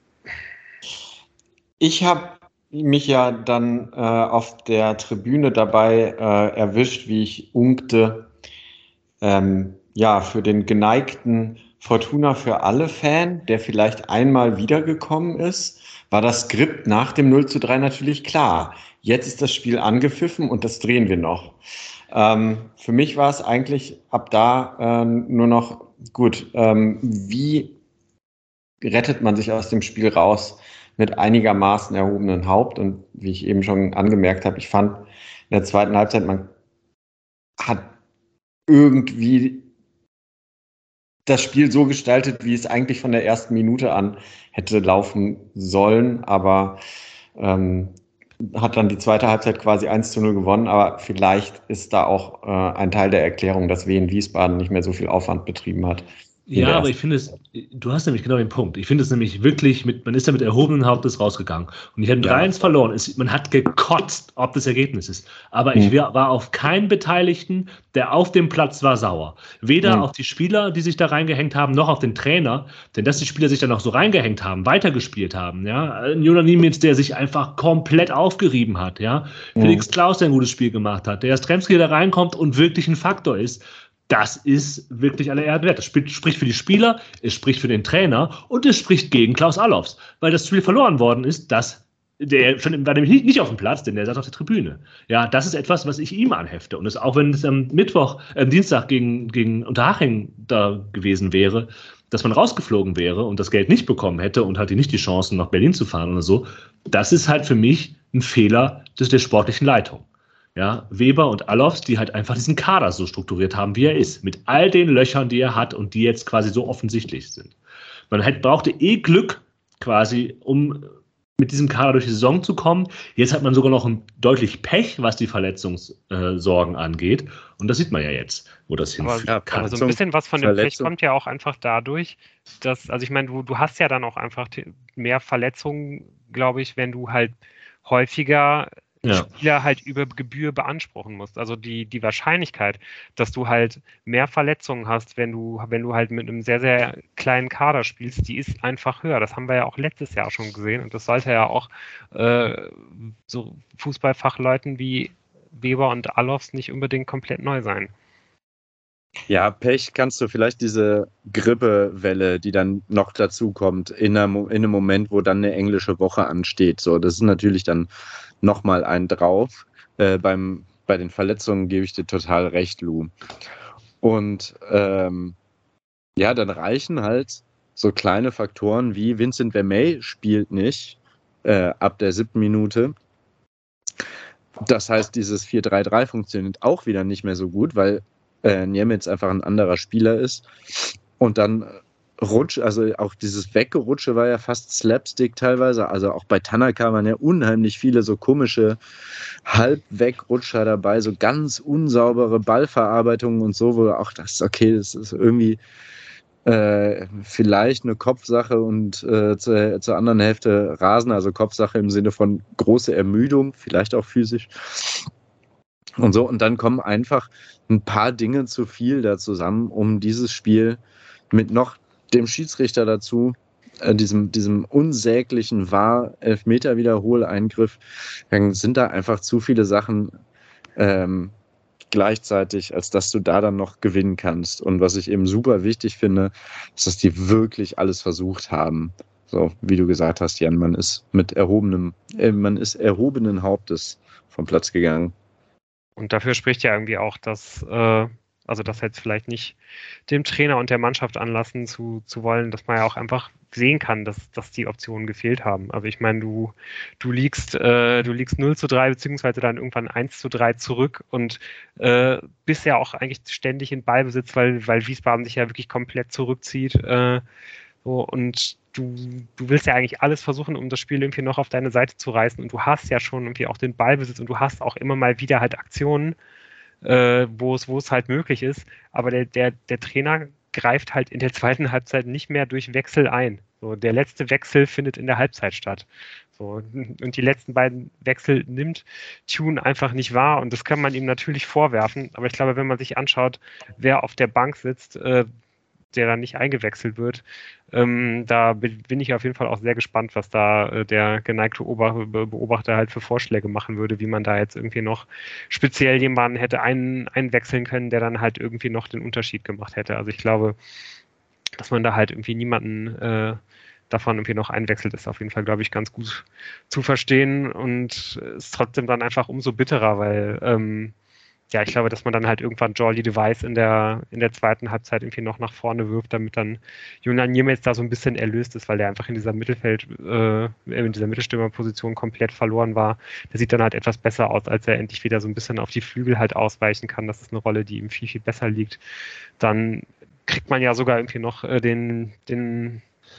Ich habe mich ja dann äh, auf der Tribüne dabei äh, erwischt, wie ich unkte, ähm, ja, für den geneigten Fortuna für alle Fan, der vielleicht einmal wiedergekommen ist, war das Skript nach dem null zu drei natürlich klar. Jetzt ist das Spiel angepfiffen und das drehen wir noch. Ähm, für mich war es eigentlich ab da ähm, nur noch gut, ähm, wie rettet man sich aus dem Spiel raus mit einigermaßen erhobenen Haupt. Und wie ich eben schon angemerkt habe, ich fand in der zweiten Halbzeit, man hat irgendwie das Spiel so gestaltet, wie es eigentlich von der ersten Minute an hätte laufen sollen, aber ähm, hat dann die zweite Halbzeit quasi eins zu null gewonnen, aber vielleicht ist da auch äh, ein Teil der Erklärung, dass Wien Wiesbaden nicht mehr so viel Aufwand betrieben hat. Ja, aber ich finde es, du hast nämlich genau den Punkt. Ich finde es nämlich wirklich, mit, man ist da mit erhobenen Hauptes rausgegangen. Und ich hätte Ja. drei eins verloren. Es, man hat gekotzt, ob des Ergebnisses. Aber ich Hm. wär, war auf keinen Beteiligten, der auf dem Platz war, sauer. Weder Hm. auf die Spieler, die sich da reingehängt haben, noch auf den Trainer. Denn dass die Spieler sich da noch so reingehängt haben, weitergespielt haben. Ja? Ein Jonas Niemitz, der sich einfach komplett aufgerieben hat. Ja? Hm. Felix Klaus, der ein gutes Spiel gemacht hat. Der Jastremski, der da reinkommt und wirklich ein Faktor ist. Das ist wirklich aller Ehren wert. Das spricht für die Spieler, es spricht für den Trainer und es spricht gegen Klaus Allofs, weil das Spiel verloren worden ist, dass der schon war nämlich nicht auf dem Platz, denn der saß auf der Tribüne. Ja, das ist etwas, was ich ihm anhefte. Und das, auch wenn es am Mittwoch, am Dienstag gegen, gegen Unterhaching da gewesen wäre, dass man rausgeflogen wäre und das Geld nicht bekommen hätte und hatte nicht die Chancen, nach Berlin zu fahren oder so, das ist halt für mich ein Fehler des, der sportlichen Leitung. Ja, Weber und Allofs, die halt einfach diesen Kader so strukturiert haben, wie er ist, mit all den Löchern, die er hat und die jetzt quasi so offensichtlich sind. Man halt brauchte eh Glück quasi, um mit diesem Kader durch die Saison zu kommen. Jetzt hat man sogar noch ein deutlich Pech, was die Verletzungssorgen angeht. Und das sieht man ja jetzt, wo das Aber, hinführen kann. aber so ein bisschen was von dem Pech Verletzung. kommt ja auch einfach dadurch, dass, also ich meine, du, du hast ja dann auch einfach mehr Verletzungen, glaube ich, wenn du halt häufiger Ja. Spieler halt über Gebühr beanspruchen musst. Also die, die Wahrscheinlichkeit, dass du halt mehr Verletzungen hast, wenn du, wenn du halt mit einem sehr, sehr kleinen Kader spielst, die ist einfach höher. Das haben wir ja auch letztes Jahr schon gesehen und das sollte ja auch äh, so Fußballfachleuten wie Weber und Allofs nicht unbedingt komplett neu sein. Ja, Pech kannst du vielleicht diese Grippewelle, die dann noch dazu kommt, in, einer, in einem Moment, wo dann eine englische Woche ansteht. So, das ist natürlich dann nochmal ein drauf. Äh, beim, bei den Verletzungen gebe ich dir total recht, Lou. Und ähm, ja, dann reichen halt so kleine Faktoren wie Vincent Vermey spielt nicht äh, ab der siebten Minute. Das heißt, dieses vier drei drei funktioniert auch wieder nicht mehr so gut, weil äh, Niemetz einfach ein anderer Spieler ist. Und dann Rutsch, also auch dieses Weggerutsche war ja fast Slapstick teilweise. Also auch bei Tanaka waren ja unheimlich viele so komische Halbwegrutscher dabei, so ganz unsaubere Ballverarbeitungen und so, wo auch das, okay, das ist irgendwie äh, vielleicht eine Kopfsache und äh, zur, zur anderen Hälfte Rasen, also Kopfsache im Sinne von große Ermüdung, vielleicht auch physisch. Und so, und dann kommen einfach ein paar Dinge zu viel da zusammen, um dieses Spiel mit noch dem Schiedsrichter dazu, äh, diesem, diesem unsäglichen V A R-Elfmeter-Wiederholeingriff, dann sind da einfach zu viele Sachen ähm, gleichzeitig, als dass du da dann noch gewinnen kannst. Und was ich eben super wichtig finde, ist, dass die wirklich alles versucht haben. So, wie du gesagt hast, Jan, man ist mit erhobenem, äh, man ist erhobenen Hauptes vom Platz gegangen. Und dafür spricht ja irgendwie auch, dass, äh, also das jetzt vielleicht nicht dem Trainer und der Mannschaft anlassen zu, zu wollen, dass man ja auch einfach sehen kann, dass, dass die Optionen gefehlt haben. Also ich meine, du, du liegst, äh, du liegst null zu drei beziehungsweise dann irgendwann eins zu drei zurück und äh, bist ja auch eigentlich ständig in Ballbesitz, weil, weil Wiesbaden sich ja wirklich komplett zurückzieht. Äh, so, und du, du willst ja eigentlich alles versuchen, um das Spiel irgendwie noch auf deine Seite zu reißen. Und du hast ja schon irgendwie auch den Ballbesitz und du hast auch immer mal wieder halt Aktionen, äh, wo es, wo es halt möglich ist. Aber der, der, der Trainer greift halt in der zweiten Halbzeit nicht mehr durch Wechsel ein. So, der letzte Wechsel findet in der Halbzeit statt. So, und die letzten beiden Wechsel nimmt Thune einfach nicht wahr. Und das kann man ihm natürlich vorwerfen. Aber ich glaube, wenn man sich anschaut, wer auf der Bank sitzt, äh, der dann nicht eingewechselt wird. Ähm, da bin ich auf jeden Fall auch sehr gespannt, was da äh, der geneigte Ober- Beobachter halt für Vorschläge machen würde, wie man da jetzt irgendwie noch speziell jemanden hätte ein, einwechseln können, der dann halt irgendwie noch den Unterschied gemacht hätte. Also ich glaube, dass man da halt irgendwie niemanden äh, davon irgendwie noch einwechselt, ist auf jeden Fall, glaube ich, ganz gut zu verstehen und ist trotzdem dann einfach umso bitterer, weil ähm, ja, ich glaube, dass man dann halt irgendwann Jordi Device in der, in der zweiten Halbzeit irgendwie noch nach vorne wirft, damit dann Julian Niemetz da so ein bisschen erlöst ist, weil der einfach in dieser Mittelfeld, äh, in dieser Mittelstürmerposition komplett verloren war. Der sieht dann halt etwas besser aus, als er endlich wieder so ein bisschen auf die Flügel halt ausweichen kann. Das ist eine Rolle, die ihm viel, viel besser liegt. Dann kriegt man ja sogar irgendwie noch äh, den, den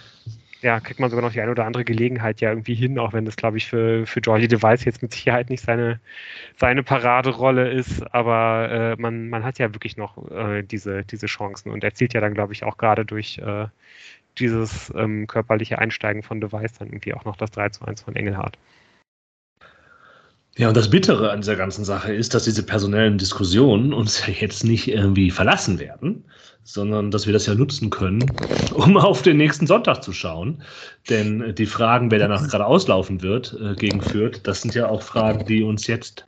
ja, kriegt man sogar noch die eine oder andere Gelegenheit ja irgendwie hin, auch wenn das, glaube ich, für, für Jordi Device jetzt mit Sicherheit nicht seine, seine Paraderolle ist, aber äh, man, man hat ja wirklich noch äh, diese, diese Chancen und erzielt ja dann, glaube ich, auch gerade durch äh, dieses ähm, körperliche Einsteigen von Device dann irgendwie auch noch das drei zu eins von Engelhardt. Ja, und das Bittere an dieser ganzen Sache ist, dass diese personellen Diskussionen uns ja jetzt nicht irgendwie verlassen werden, sondern dass wir das ja nutzen können, um auf den nächsten Sonntag zu schauen. Denn die Fragen, wer danach gerade auslaufen wird äh, gegen Fürth, das sind ja auch Fragen, die uns jetzt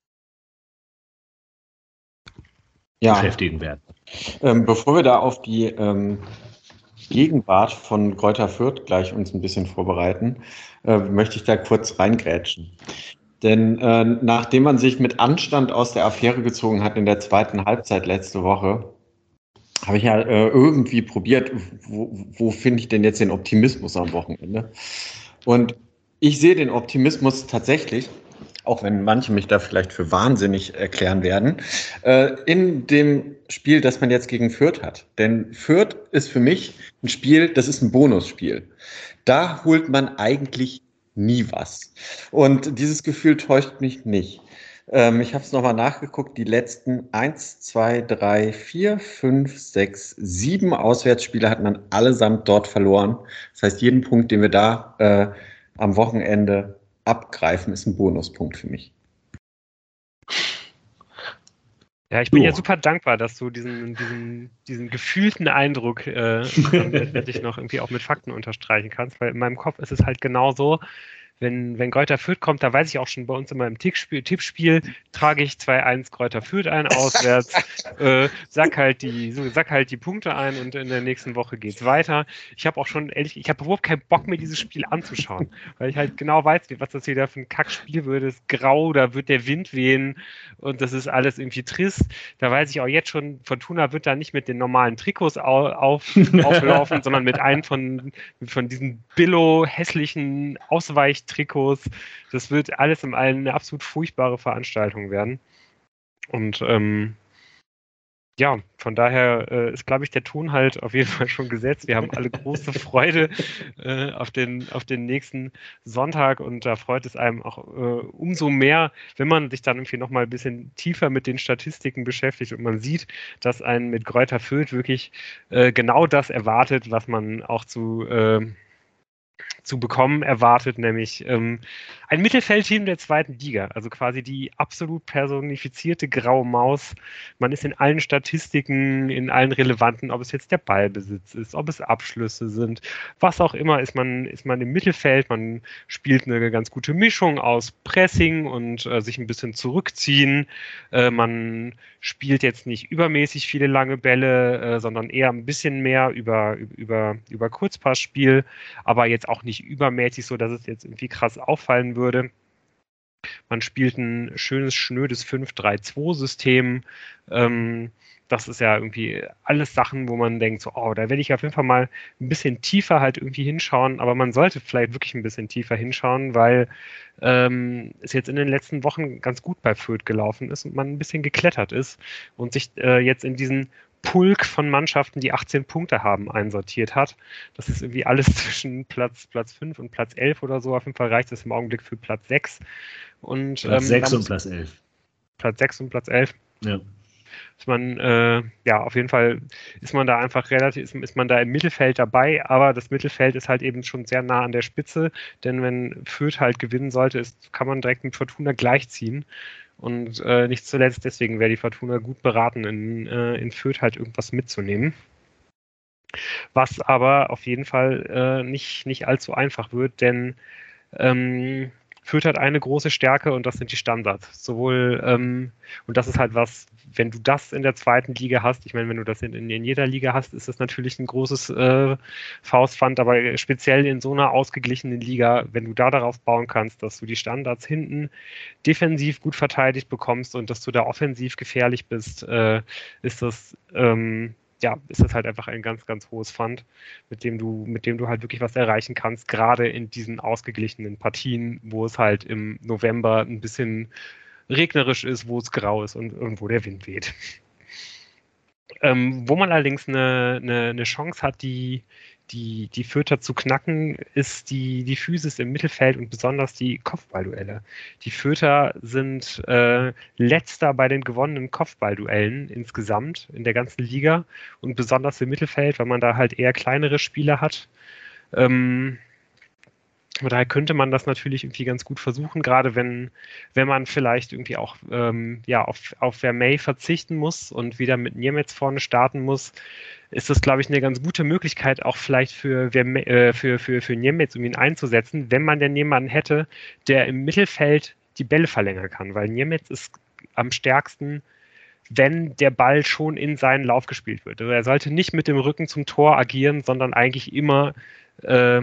ja. beschäftigen werden. Ähm, bevor wir da auf die ähm, Gegenwart von Greuther Fürth gleich uns ein bisschen vorbereiten, äh, möchte ich da kurz reingrätschen. Denn äh, nachdem man sich mit Anstand aus der Affäre gezogen hat in der zweiten Halbzeit letzte Woche, habe ich ja äh, irgendwie probiert, wo, wo finde ich denn jetzt den Optimismus am Wochenende? Und ich sehe den Optimismus tatsächlich, auch wenn manche mich da vielleicht für wahnsinnig erklären werden, äh, in dem Spiel, das man jetzt gegen Fürth hat. Denn Fürth ist für mich ein Spiel, das ist ein Bonusspiel. Da holt man eigentlich nie was. Und dieses Gefühl täuscht mich nicht. Ähm, ich habe es nochmal nachgeguckt. Die letzten eins, zwei, drei, vier, fünf, sechs, sieben Auswärtsspiele hat man allesamt dort verloren. Das heißt, jeden Punkt, den wir da äh, am Wochenende abgreifen, ist ein Bonuspunkt für mich. Ja, ich bin ja super dankbar, dass du diesen, diesen, diesen gefühlten Eindruck äh, letztendlich noch irgendwie auch mit Fakten unterstreichen kannst, weil in meinem Kopf ist es halt genauso, wenn, wenn Greuther Fürth kommt, da weiß ich auch schon bei uns immer im Tippspiel, Tippspiel trage ich zwei eins Greuther Fürth ein, auswärts, äh, sack halt die, so, sack halt die Punkte ein und in der nächsten Woche geht's weiter. Ich habe auch schon, ehrlich, ich habe überhaupt keinen Bock mehr, dieses Spiel anzuschauen, weil ich halt genau weiß, was das wieder für ein Kackspiel wird. Es ist grau, da wird der Wind wehen und das ist alles irgendwie trist. Da weiß ich auch jetzt schon, Fortuna wird da nicht mit den normalen Trikots au- auf, auflaufen, sondern mit einem von, von diesen Billo-hässlichen Ausweichtrikots. Das wird alles in allem eine absolut furchtbare Veranstaltung werden. Und ähm, ja, von daher äh, ist, glaube ich, der Ton halt auf jeden Fall schon gesetzt. Wir haben alle große Freude äh, auf, den, auf den nächsten Sonntag und da freut es einem auch äh, umso mehr, wenn man sich dann irgendwie nochmal ein bisschen tiefer mit den Statistiken beschäftigt und man sieht, dass einen mit Greuther Fürth wirklich äh, genau das erwartet, was man auch zu äh, zu bekommen erwartet, nämlich ähm, ein Mittelfeldteam der zweiten Liga, also quasi die absolut personifizierte graue Maus. Man ist in allen Statistiken, in allen relevanten, ob es jetzt der Ballbesitz ist, ob es Abschlüsse sind, was auch immer, ist man, ist man im Mittelfeld, man spielt eine ganz gute Mischung aus Pressing und äh, sich ein bisschen zurückziehen. Äh, man spielt jetzt nicht übermäßig viele lange Bälle, äh, sondern eher ein bisschen mehr über, über, über Kurzpassspiel, aber jetzt auch nicht übermäßig so, dass es jetzt irgendwie krass auffallen würde. Man spielt ein schönes, schnödes fünf drei zwei System. Ähm, das ist ja irgendwie alles Sachen, wo man denkt, so, oh, da werde ich auf jeden Fall mal ein bisschen tiefer halt irgendwie hinschauen, aber man sollte vielleicht wirklich ein bisschen tiefer hinschauen, weil ähm, es jetzt in den letzten Wochen ganz gut bei Fürth gelaufen ist und man ein bisschen geklettert ist und sich äh, jetzt in diesen Pulk von Mannschaften, die achtzehn Punkte haben, einsortiert hat. Das ist irgendwie alles zwischen Platz, Platz fünf und Platz elf oder so. Auf jeden Fall reicht es im Augenblick für Platz sechs. Und, Platz ähm, sechs und Platz elf. Platz sechs und Platz elf. Ja. Ist man, äh, ja, auf jeden Fall ist man da einfach relativ, ist, ist man da im Mittelfeld dabei, aber das Mittelfeld ist halt eben schon sehr nah an der Spitze, denn wenn Fürth halt gewinnen sollte, ist, kann man direkt mit Fortuna gleichziehen. Und äh, nicht zuletzt deswegen wäre die Fortuna gut beraten, in, äh, in Fürth halt irgendwas mitzunehmen. Was aber auf jeden Fall äh, nicht, nicht allzu einfach wird, denn ähm, Fürth hat eine große Stärke und das sind die Standards. Sowohl, ähm, und das ist halt was, wenn du das in der zweiten Liga hast, ich meine, wenn du das in, in, in jeder Liga hast, ist das natürlich ein großes äh, Faustpfand, aber speziell in so einer ausgeglichenen Liga, wenn du da darauf bauen kannst, dass du die Standards hinten defensiv gut verteidigt bekommst und dass du da offensiv gefährlich bist, äh, ist das ähm, ja, ist das halt einfach ein ganz, ganz hohes Pfand, mit dem du, mit dem du halt wirklich was erreichen kannst, gerade in diesen ausgeglichenen Partien, wo es halt im November ein bisschen regnerisch ist, wo es grau ist und irgendwo der Wind weht. Ähm, wo man allerdings eine, eine, eine Chance hat, die, die, die Fürther zu knacken, ist die, die Physis im Mittelfeld und besonders die Kopfballduelle. Die Fürther sind äh, letzter bei den gewonnenen Kopfballduellen insgesamt in der ganzen Liga und besonders im Mittelfeld, weil man da halt eher kleinere Spieler hat. Ähm, Daher könnte man das natürlich irgendwie ganz gut versuchen, gerade wenn, wenn man vielleicht irgendwie auch ähm, ja, auf, auf Vermey verzichten muss und wieder mit Niemetz vorne starten muss, ist das, glaube ich, eine ganz gute Möglichkeit, auch vielleicht für, Vermey, äh, für, für, für Niemetz, um ihn einzusetzen, wenn man denn jemanden hätte, der im Mittelfeld die Bälle verlängern kann, weil Niemetz ist am stärksten, wenn der Ball schon in seinen Lauf gespielt wird. Also er sollte nicht mit dem Rücken zum Tor agieren, sondern eigentlich immer äh,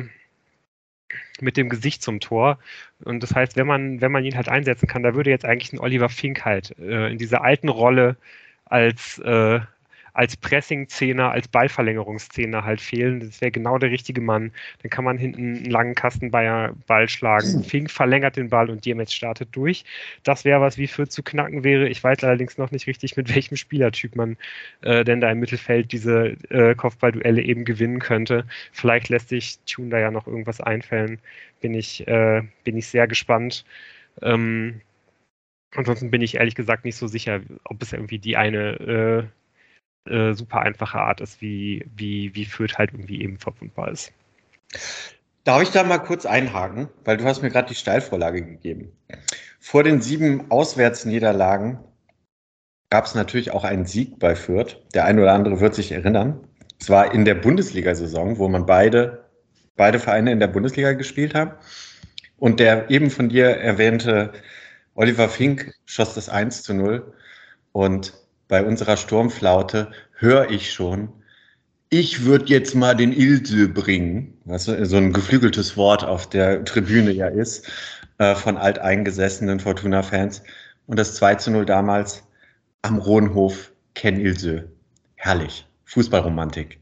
mit dem Gesicht zum Tor. Und das heißt, wenn man, wenn man ihn halt einsetzen kann, da würde jetzt eigentlich ein Oliver Fink halt äh, in dieser alten Rolle als, äh, als Pressing-Zehner, als Ballverlängerungszehner halt fehlen. Das wäre genau der richtige Mann. Dann kann man hinten einen langen Kastenball schlagen. Fink verlängert den Ball und Niemetz startet durch. Das wäre was, wie Fürth zu knacken wäre. Ich weiß allerdings noch nicht richtig, mit welchem Spielertyp man äh, denn da im Mittelfeld diese äh, Kopfballduelle eben gewinnen könnte. Vielleicht lässt sich Tune da ja noch irgendwas einfallen. Bin ich, äh, bin ich sehr gespannt. Ähm, ansonsten bin ich ehrlich gesagt nicht so sicher, ob es irgendwie die eine äh, Äh, super einfache Art ist, wie, wie, wie Fürth halt irgendwie eben verwundbar ist. Darf ich da mal kurz einhaken? Weil du hast mir gerade die Steilvorlage gegeben. Vor den sieben Auswärtsniederlagen gab es natürlich auch einen Sieg bei Fürth. Der ein oder andere wird sich erinnern. Es war in der Bundesliga-Saison, wo man beide, beide Vereine in der Bundesliga gespielt haben. Und der eben von dir erwähnte Oliver Fink schoss das eins zu null. Und bei unserer Sturmflaute höre ich schon, ich würde jetzt mal den Ilse bringen, was so ein geflügeltes Wort auf der Tribüne ja ist, äh, von alteingesessenen Fortuna-Fans. Und das zwei zu null damals am Rohnhof Ken Ilse. Herrlich. Fußballromantik.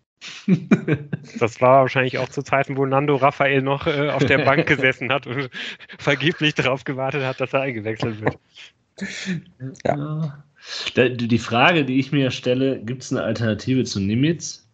Das war wahrscheinlich auch zu Zeiten, wo Nando Raphael noch äh, auf der Bank gesessen hat und vergeblich darauf gewartet hat, dass er eingewechselt wird. Ja. Die Frage, die ich mir stelle, gibt es eine Alternative zu Nimitz?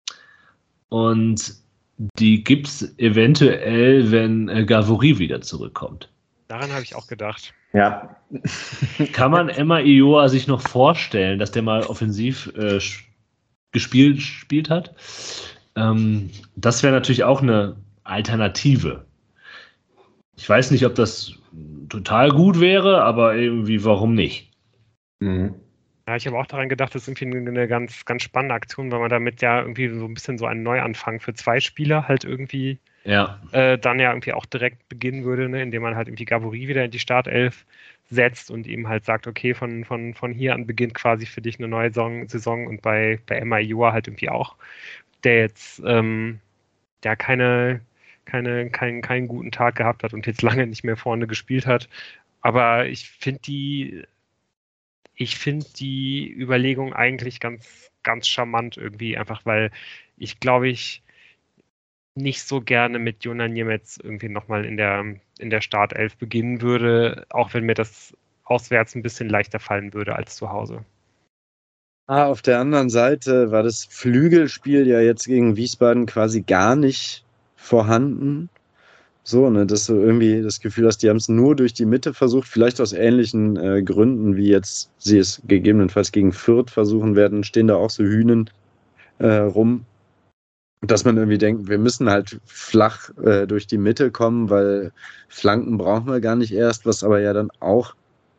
Und die gibt es eventuell, wenn äh, Gavory wieder zurückkommt. Daran habe ich auch gedacht. Ja. Kann man Emma Ioa sich noch vorstellen, dass der mal offensiv äh, gespielt, gespielt hat? Ähm, das wäre natürlich auch eine Alternative. Ich weiß nicht, ob das total gut wäre, aber irgendwie warum nicht? Mhm. Ja, ich habe auch daran gedacht, das ist irgendwie eine ganz, ganz spannende Aktion, weil man damit ja irgendwie so ein bisschen so einen Neuanfang für zwei Spieler halt irgendwie ja. äh, dann ja irgendwie auch direkt beginnen würde, ne, indem man halt irgendwie Gavory wieder in die Startelf setzt und ihm halt sagt, okay, von, von, von hier an beginnt quasi für dich eine neue Saison, Saison und bei, bei Emma Ioa halt irgendwie auch, der jetzt ähm, der keine, keine, keinen, keinen guten Tag gehabt hat und jetzt lange nicht mehr vorne gespielt hat. Aber ich finde die Ich finde die Überlegung eigentlich ganz, ganz charmant irgendwie, einfach weil ich glaube ich nicht so gerne mit Jona Niemetz irgendwie nochmal in der, in der Startelf beginnen würde, auch wenn mir das auswärts ein bisschen leichter fallen würde als zu Hause. Ah, auf der anderen Seite war das Flügelspiel ja jetzt gegen Wiesbaden quasi gar nicht vorhanden. So, ne, dass du irgendwie das Gefühl hast, die haben es nur durch die Mitte versucht, vielleicht aus ähnlichen äh, Gründen, wie jetzt sie es gegebenenfalls gegen Fürth versuchen werden, stehen da auch so Hühnen äh, rum, dass man irgendwie denkt, wir müssen halt flach äh, durch die Mitte kommen, weil Flanken brauchen wir gar nicht erst, was aber ja dann auch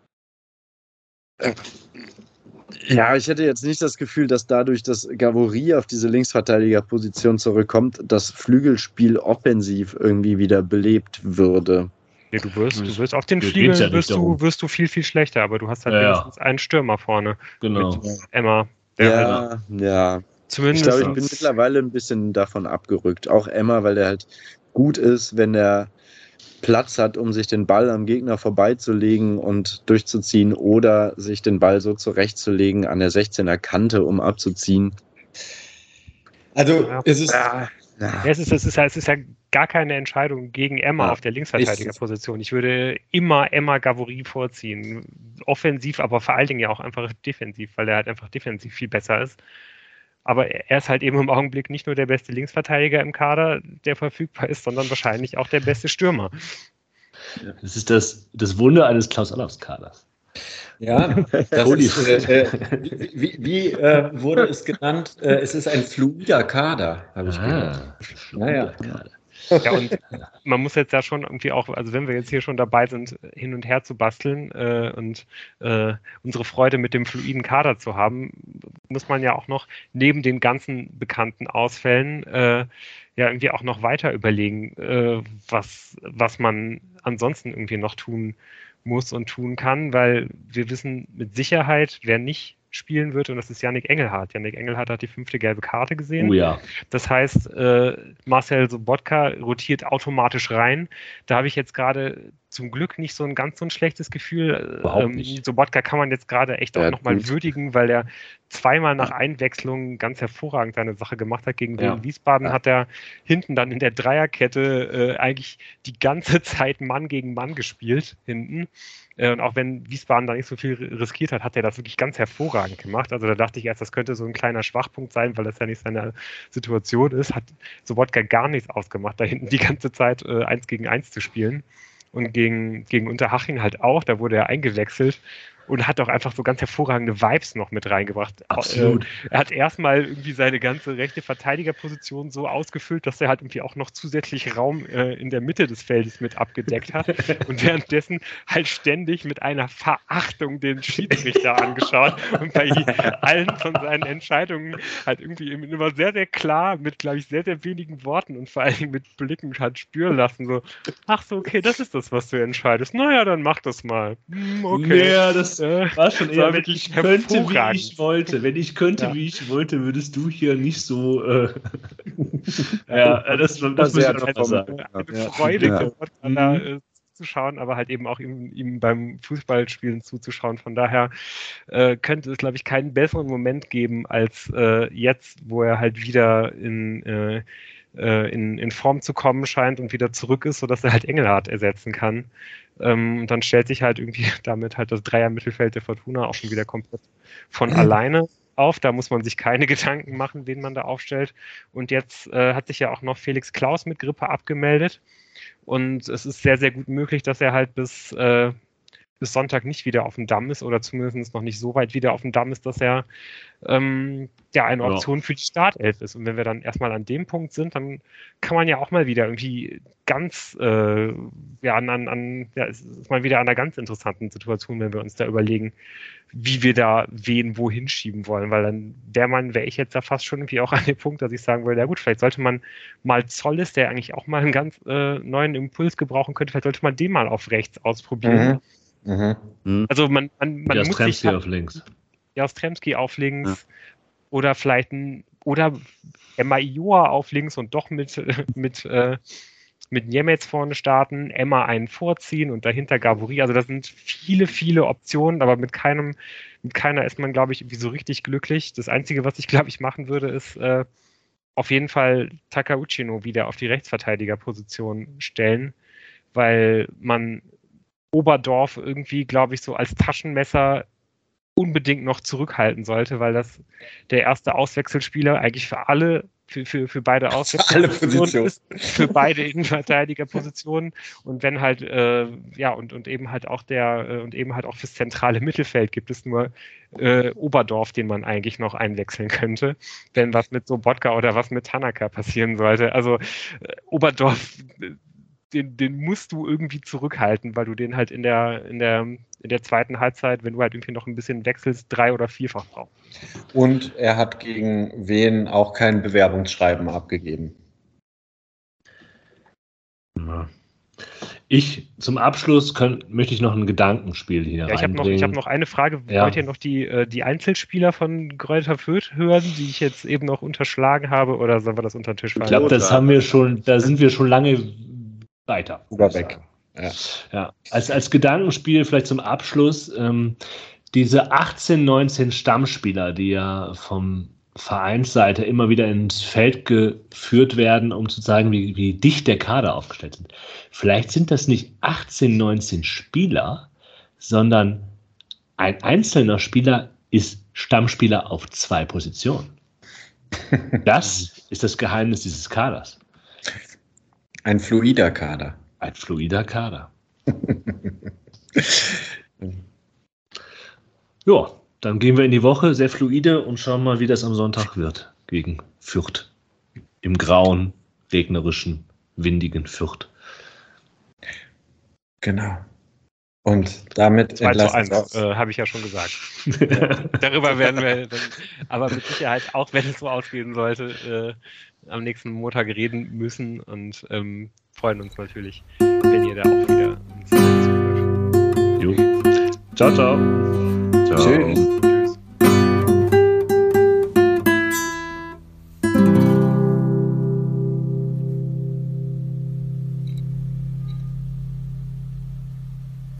äh, ja, ich hätte jetzt nicht das Gefühl, dass dadurch, dass Gavory auf diese Linksverteidigerposition zurückkommt, das Flügelspiel offensiv irgendwie wieder belebt würde. Nee, du wirst, du wirst auf den Mir Flügeln geht's ja wirst, nicht du, darum. wirst du viel, viel schlechter, aber du hast halt Ja, ja. wenigstens einen Stürmer vorne Genau. mit Emma, der halt Ja, ja. zumindest. Ich glaube, ich bin mittlerweile ein bisschen davon abgerückt. Auch Emma, weil der halt gut ist, wenn der Platz hat, um sich den Ball am Gegner vorbeizulegen und durchzuziehen oder sich den Ball so zurechtzulegen an der sechzehner Kante, um abzuziehen. Also Ja. es ist, Ja, ja. Es ist, es, ist, es ist ja gar keine Entscheidung gegen Emma Ja, auf der Linksverteidigerposition. Ich würde immer Emma Gavory vorziehen. Offensiv, aber vor allen Dingen ja auch einfach defensiv, weil er halt einfach defensiv viel besser ist. Aber er ist halt eben im Augenblick nicht nur der beste Linksverteidiger im Kader, der verfügbar ist, sondern wahrscheinlich auch der beste Stürmer. Das ist das, das Wunder eines Klaus-Allofs-Kaders. ja, das ist, äh, äh, wie, wie, wie äh, wurde es genannt? Äh, es ist ein fluider Kader, habe ich gehört. Naja. Ja, und man muss jetzt ja schon irgendwie auch, also wenn wir jetzt hier schon dabei sind, hin und her zu basteln äh, und äh, unsere Freude mit dem fluiden Kader zu haben, muss man ja auch noch neben den ganzen bekannten Ausfällen äh, ja irgendwie auch noch weiter überlegen, äh, was, was man ansonsten irgendwie noch tun muss und tun kann, weil wir wissen mit Sicherheit, wer nicht spielen wird, und das ist Yannick Engelhardt. Yannick Engelhardt hat die fünfte gelbe Karte gesehen. Oh ja. Das heißt, äh, Marcel Sobotka rotiert automatisch rein. Da habe ich jetzt gerade zum Glück nicht so ein ganz so ein schlechtes Gefühl. Überhaupt ähm, nicht. Sobotka kann man jetzt gerade echt auch Ja, nochmal gut. würdigen, weil er zweimal nach Einwechslung ganz hervorragend seine Sache gemacht hat. Gegen Ja. Wien Wiesbaden Ja. hat er hinten dann in der Dreierkette äh, eigentlich die ganze Zeit Mann gegen Mann gespielt, hinten. Äh, und auch wenn Wiesbaden da nicht so viel riskiert hat, hat er das wirklich ganz hervorragend gemacht. Also da dachte ich erst, das könnte so ein kleiner Schwachpunkt sein, weil das ja nicht seine Situation ist. Hat Sobotka gar nichts ausgemacht, da hinten die ganze Zeit äh, eins gegen eins zu spielen. Und gegen, gegen Unterhaching halt auch, da wurde er eingewechselt und hat auch einfach so ganz hervorragende Vibes noch mit reingebracht. Absolut. Äh, er hat erstmal irgendwie seine ganze rechte Verteidigerposition so ausgefüllt, dass er halt irgendwie auch noch zusätzlich Raum äh, in der Mitte des Feldes mit abgedeckt hat und währenddessen halt ständig mit einer Verachtung den Schiedsrichter angeschaut und bei allen von seinen Entscheidungen halt irgendwie immer sehr, sehr klar mit, glaube ich, sehr, sehr wenigen Worten und vor allen Dingen mit Blicken halt spüren lassen, so, ach so, okay, das ist das, was du entscheidest. Naja, dann mach das mal. Hm, okay. Ja, das äh, war schon eher, war wenn ich könnte, wie ich wollte. Wenn ich könnte, Ja. wie ich wollte, würdest du hier nicht so, äh, ja, das, das, das muss ich auch noch sagen. Eine Ja. Freude, Ja. geworden, da äh, zuzuschauen, aber halt eben auch ihm, ihm beim Fußballspielen zuzuschauen. Von daher äh, könnte es, glaube ich, keinen besseren Moment geben als äh, jetzt, wo er halt wieder in, äh, äh, in, in Form zu kommen scheint und wieder zurück ist, sodass er halt Engelhardt ersetzen kann. Ähm, und dann stellt sich halt irgendwie damit halt das Dreier-Mittelfeld der Fortuna auch schon wieder komplett von alleine auf. Da muss man sich keine Gedanken machen, wen man da aufstellt. Und jetzt äh, hat sich ja auch noch Felix Klaus mit Grippe abgemeldet. Und es ist sehr, sehr gut möglich, dass er halt bis, äh, bis Sonntag nicht wieder auf dem Damm ist oder zumindest noch nicht so weit wieder auf dem Damm ist, dass er ähm, ja eine Option ja. für die Startelf ist. Und wenn wir dann erstmal an dem Punkt sind, dann kann man ja auch mal wieder irgendwie ganz, äh, ja, an, an ja, es ist mal wieder an einer ganz interessanten Situation, wenn wir uns da überlegen, wie wir da wen wohin schieben wollen, weil dann wäre man, wäre ich jetzt da fast schon irgendwie auch an dem Punkt, dass ich sagen würde, ja gut, vielleicht sollte man mal Zollis, der eigentlich auch mal einen ganz äh, neuen Impuls gebrauchen könnte, vielleicht sollte man den mal auf rechts ausprobieren. Mhm. Mhm. Also man, man, man muss sich halt, auf links. Jastremski auf links ja. oder vielleicht ein, oder Emma Ioa auf links und doch mit, mit, äh, mit Niemetz vorne starten, Emma einen vorziehen und dahinter Gaburi. Also das sind viele, viele Optionen, aber mit keinem, mit keiner ist man, glaube ich, irgendwie so richtig glücklich. Das Einzige, was ich, glaube ich, machen würde, ist äh, auf jeden Fall Takauchino wieder auf die Rechtsverteidigerposition stellen, weil man Oberdorf irgendwie, glaube ich, so als Taschenmesser unbedingt noch zurückhalten sollte, weil das der erste Auswechselspieler eigentlich für alle, für, für, für beide Auswechselpositionen ist, für beide Innenverteidigerpositionen und wenn halt, äh, ja, und, und eben halt auch der, äh, und eben halt auch fürs zentrale Mittelfeld gibt es nur äh, Oberdorf, den man eigentlich noch einwechseln könnte, wenn was mit Sobotka oder was mit Tanaka passieren sollte. Also äh, Oberdorf, Den, den musst du irgendwie zurückhalten, weil du den halt in der, in der, in der zweiten Halbzeit, wenn du halt irgendwie noch ein bisschen wechselst, drei- oder vierfach brauchst. Und er hat gegen Wien auch kein Bewerbungsschreiben abgegeben. Ich, zum Abschluss können, möchte ich noch ein Gedankenspiel hier ja, ich habe noch, ich hab noch eine Frage. Ja. Wollt ihr noch die, die Einzelspieler von Greuther Fürth hören, die ich jetzt eben noch unterschlagen habe, oder sollen wir das unter den Tisch fallen? Ich glaube, das haben wir schon, da sind wir schon lange weiter. Oder weg. Ja. Ja. Als, als Gedankenspiel vielleicht zum Abschluss, ähm, diese achtzehn, neunzehn Stammspieler, die ja vom Vereinsseite immer wieder ins Feld geführt werden, um zu zeigen, wie, wie dicht der Kader aufgestellt ist. Vielleicht sind das nicht achtzehn, neunzehn Spieler, sondern ein einzelner Spieler ist Stammspieler auf zwei Positionen. Das ist das Geheimnis dieses Kaders. Ein fluider Kader. Ein fluider Kader. Ja, dann gehen wir in die Woche, sehr fluide, und schauen mal, wie das am Sonntag wird gegen Fürth. Im grauen, regnerischen, windigen Fürth. Genau. Und damit zwei zu eins, äh, habe ich ja schon gesagt. äh, darüber werden wir dann, aber mit Sicherheit, auch wenn es so ausgehen sollte, äh, am nächsten Montag reden müssen und ähm, freuen uns natürlich, wenn ihr da auch wieder uns zuhört. Jo. Ciao, ciao. Ciao. Tschüss.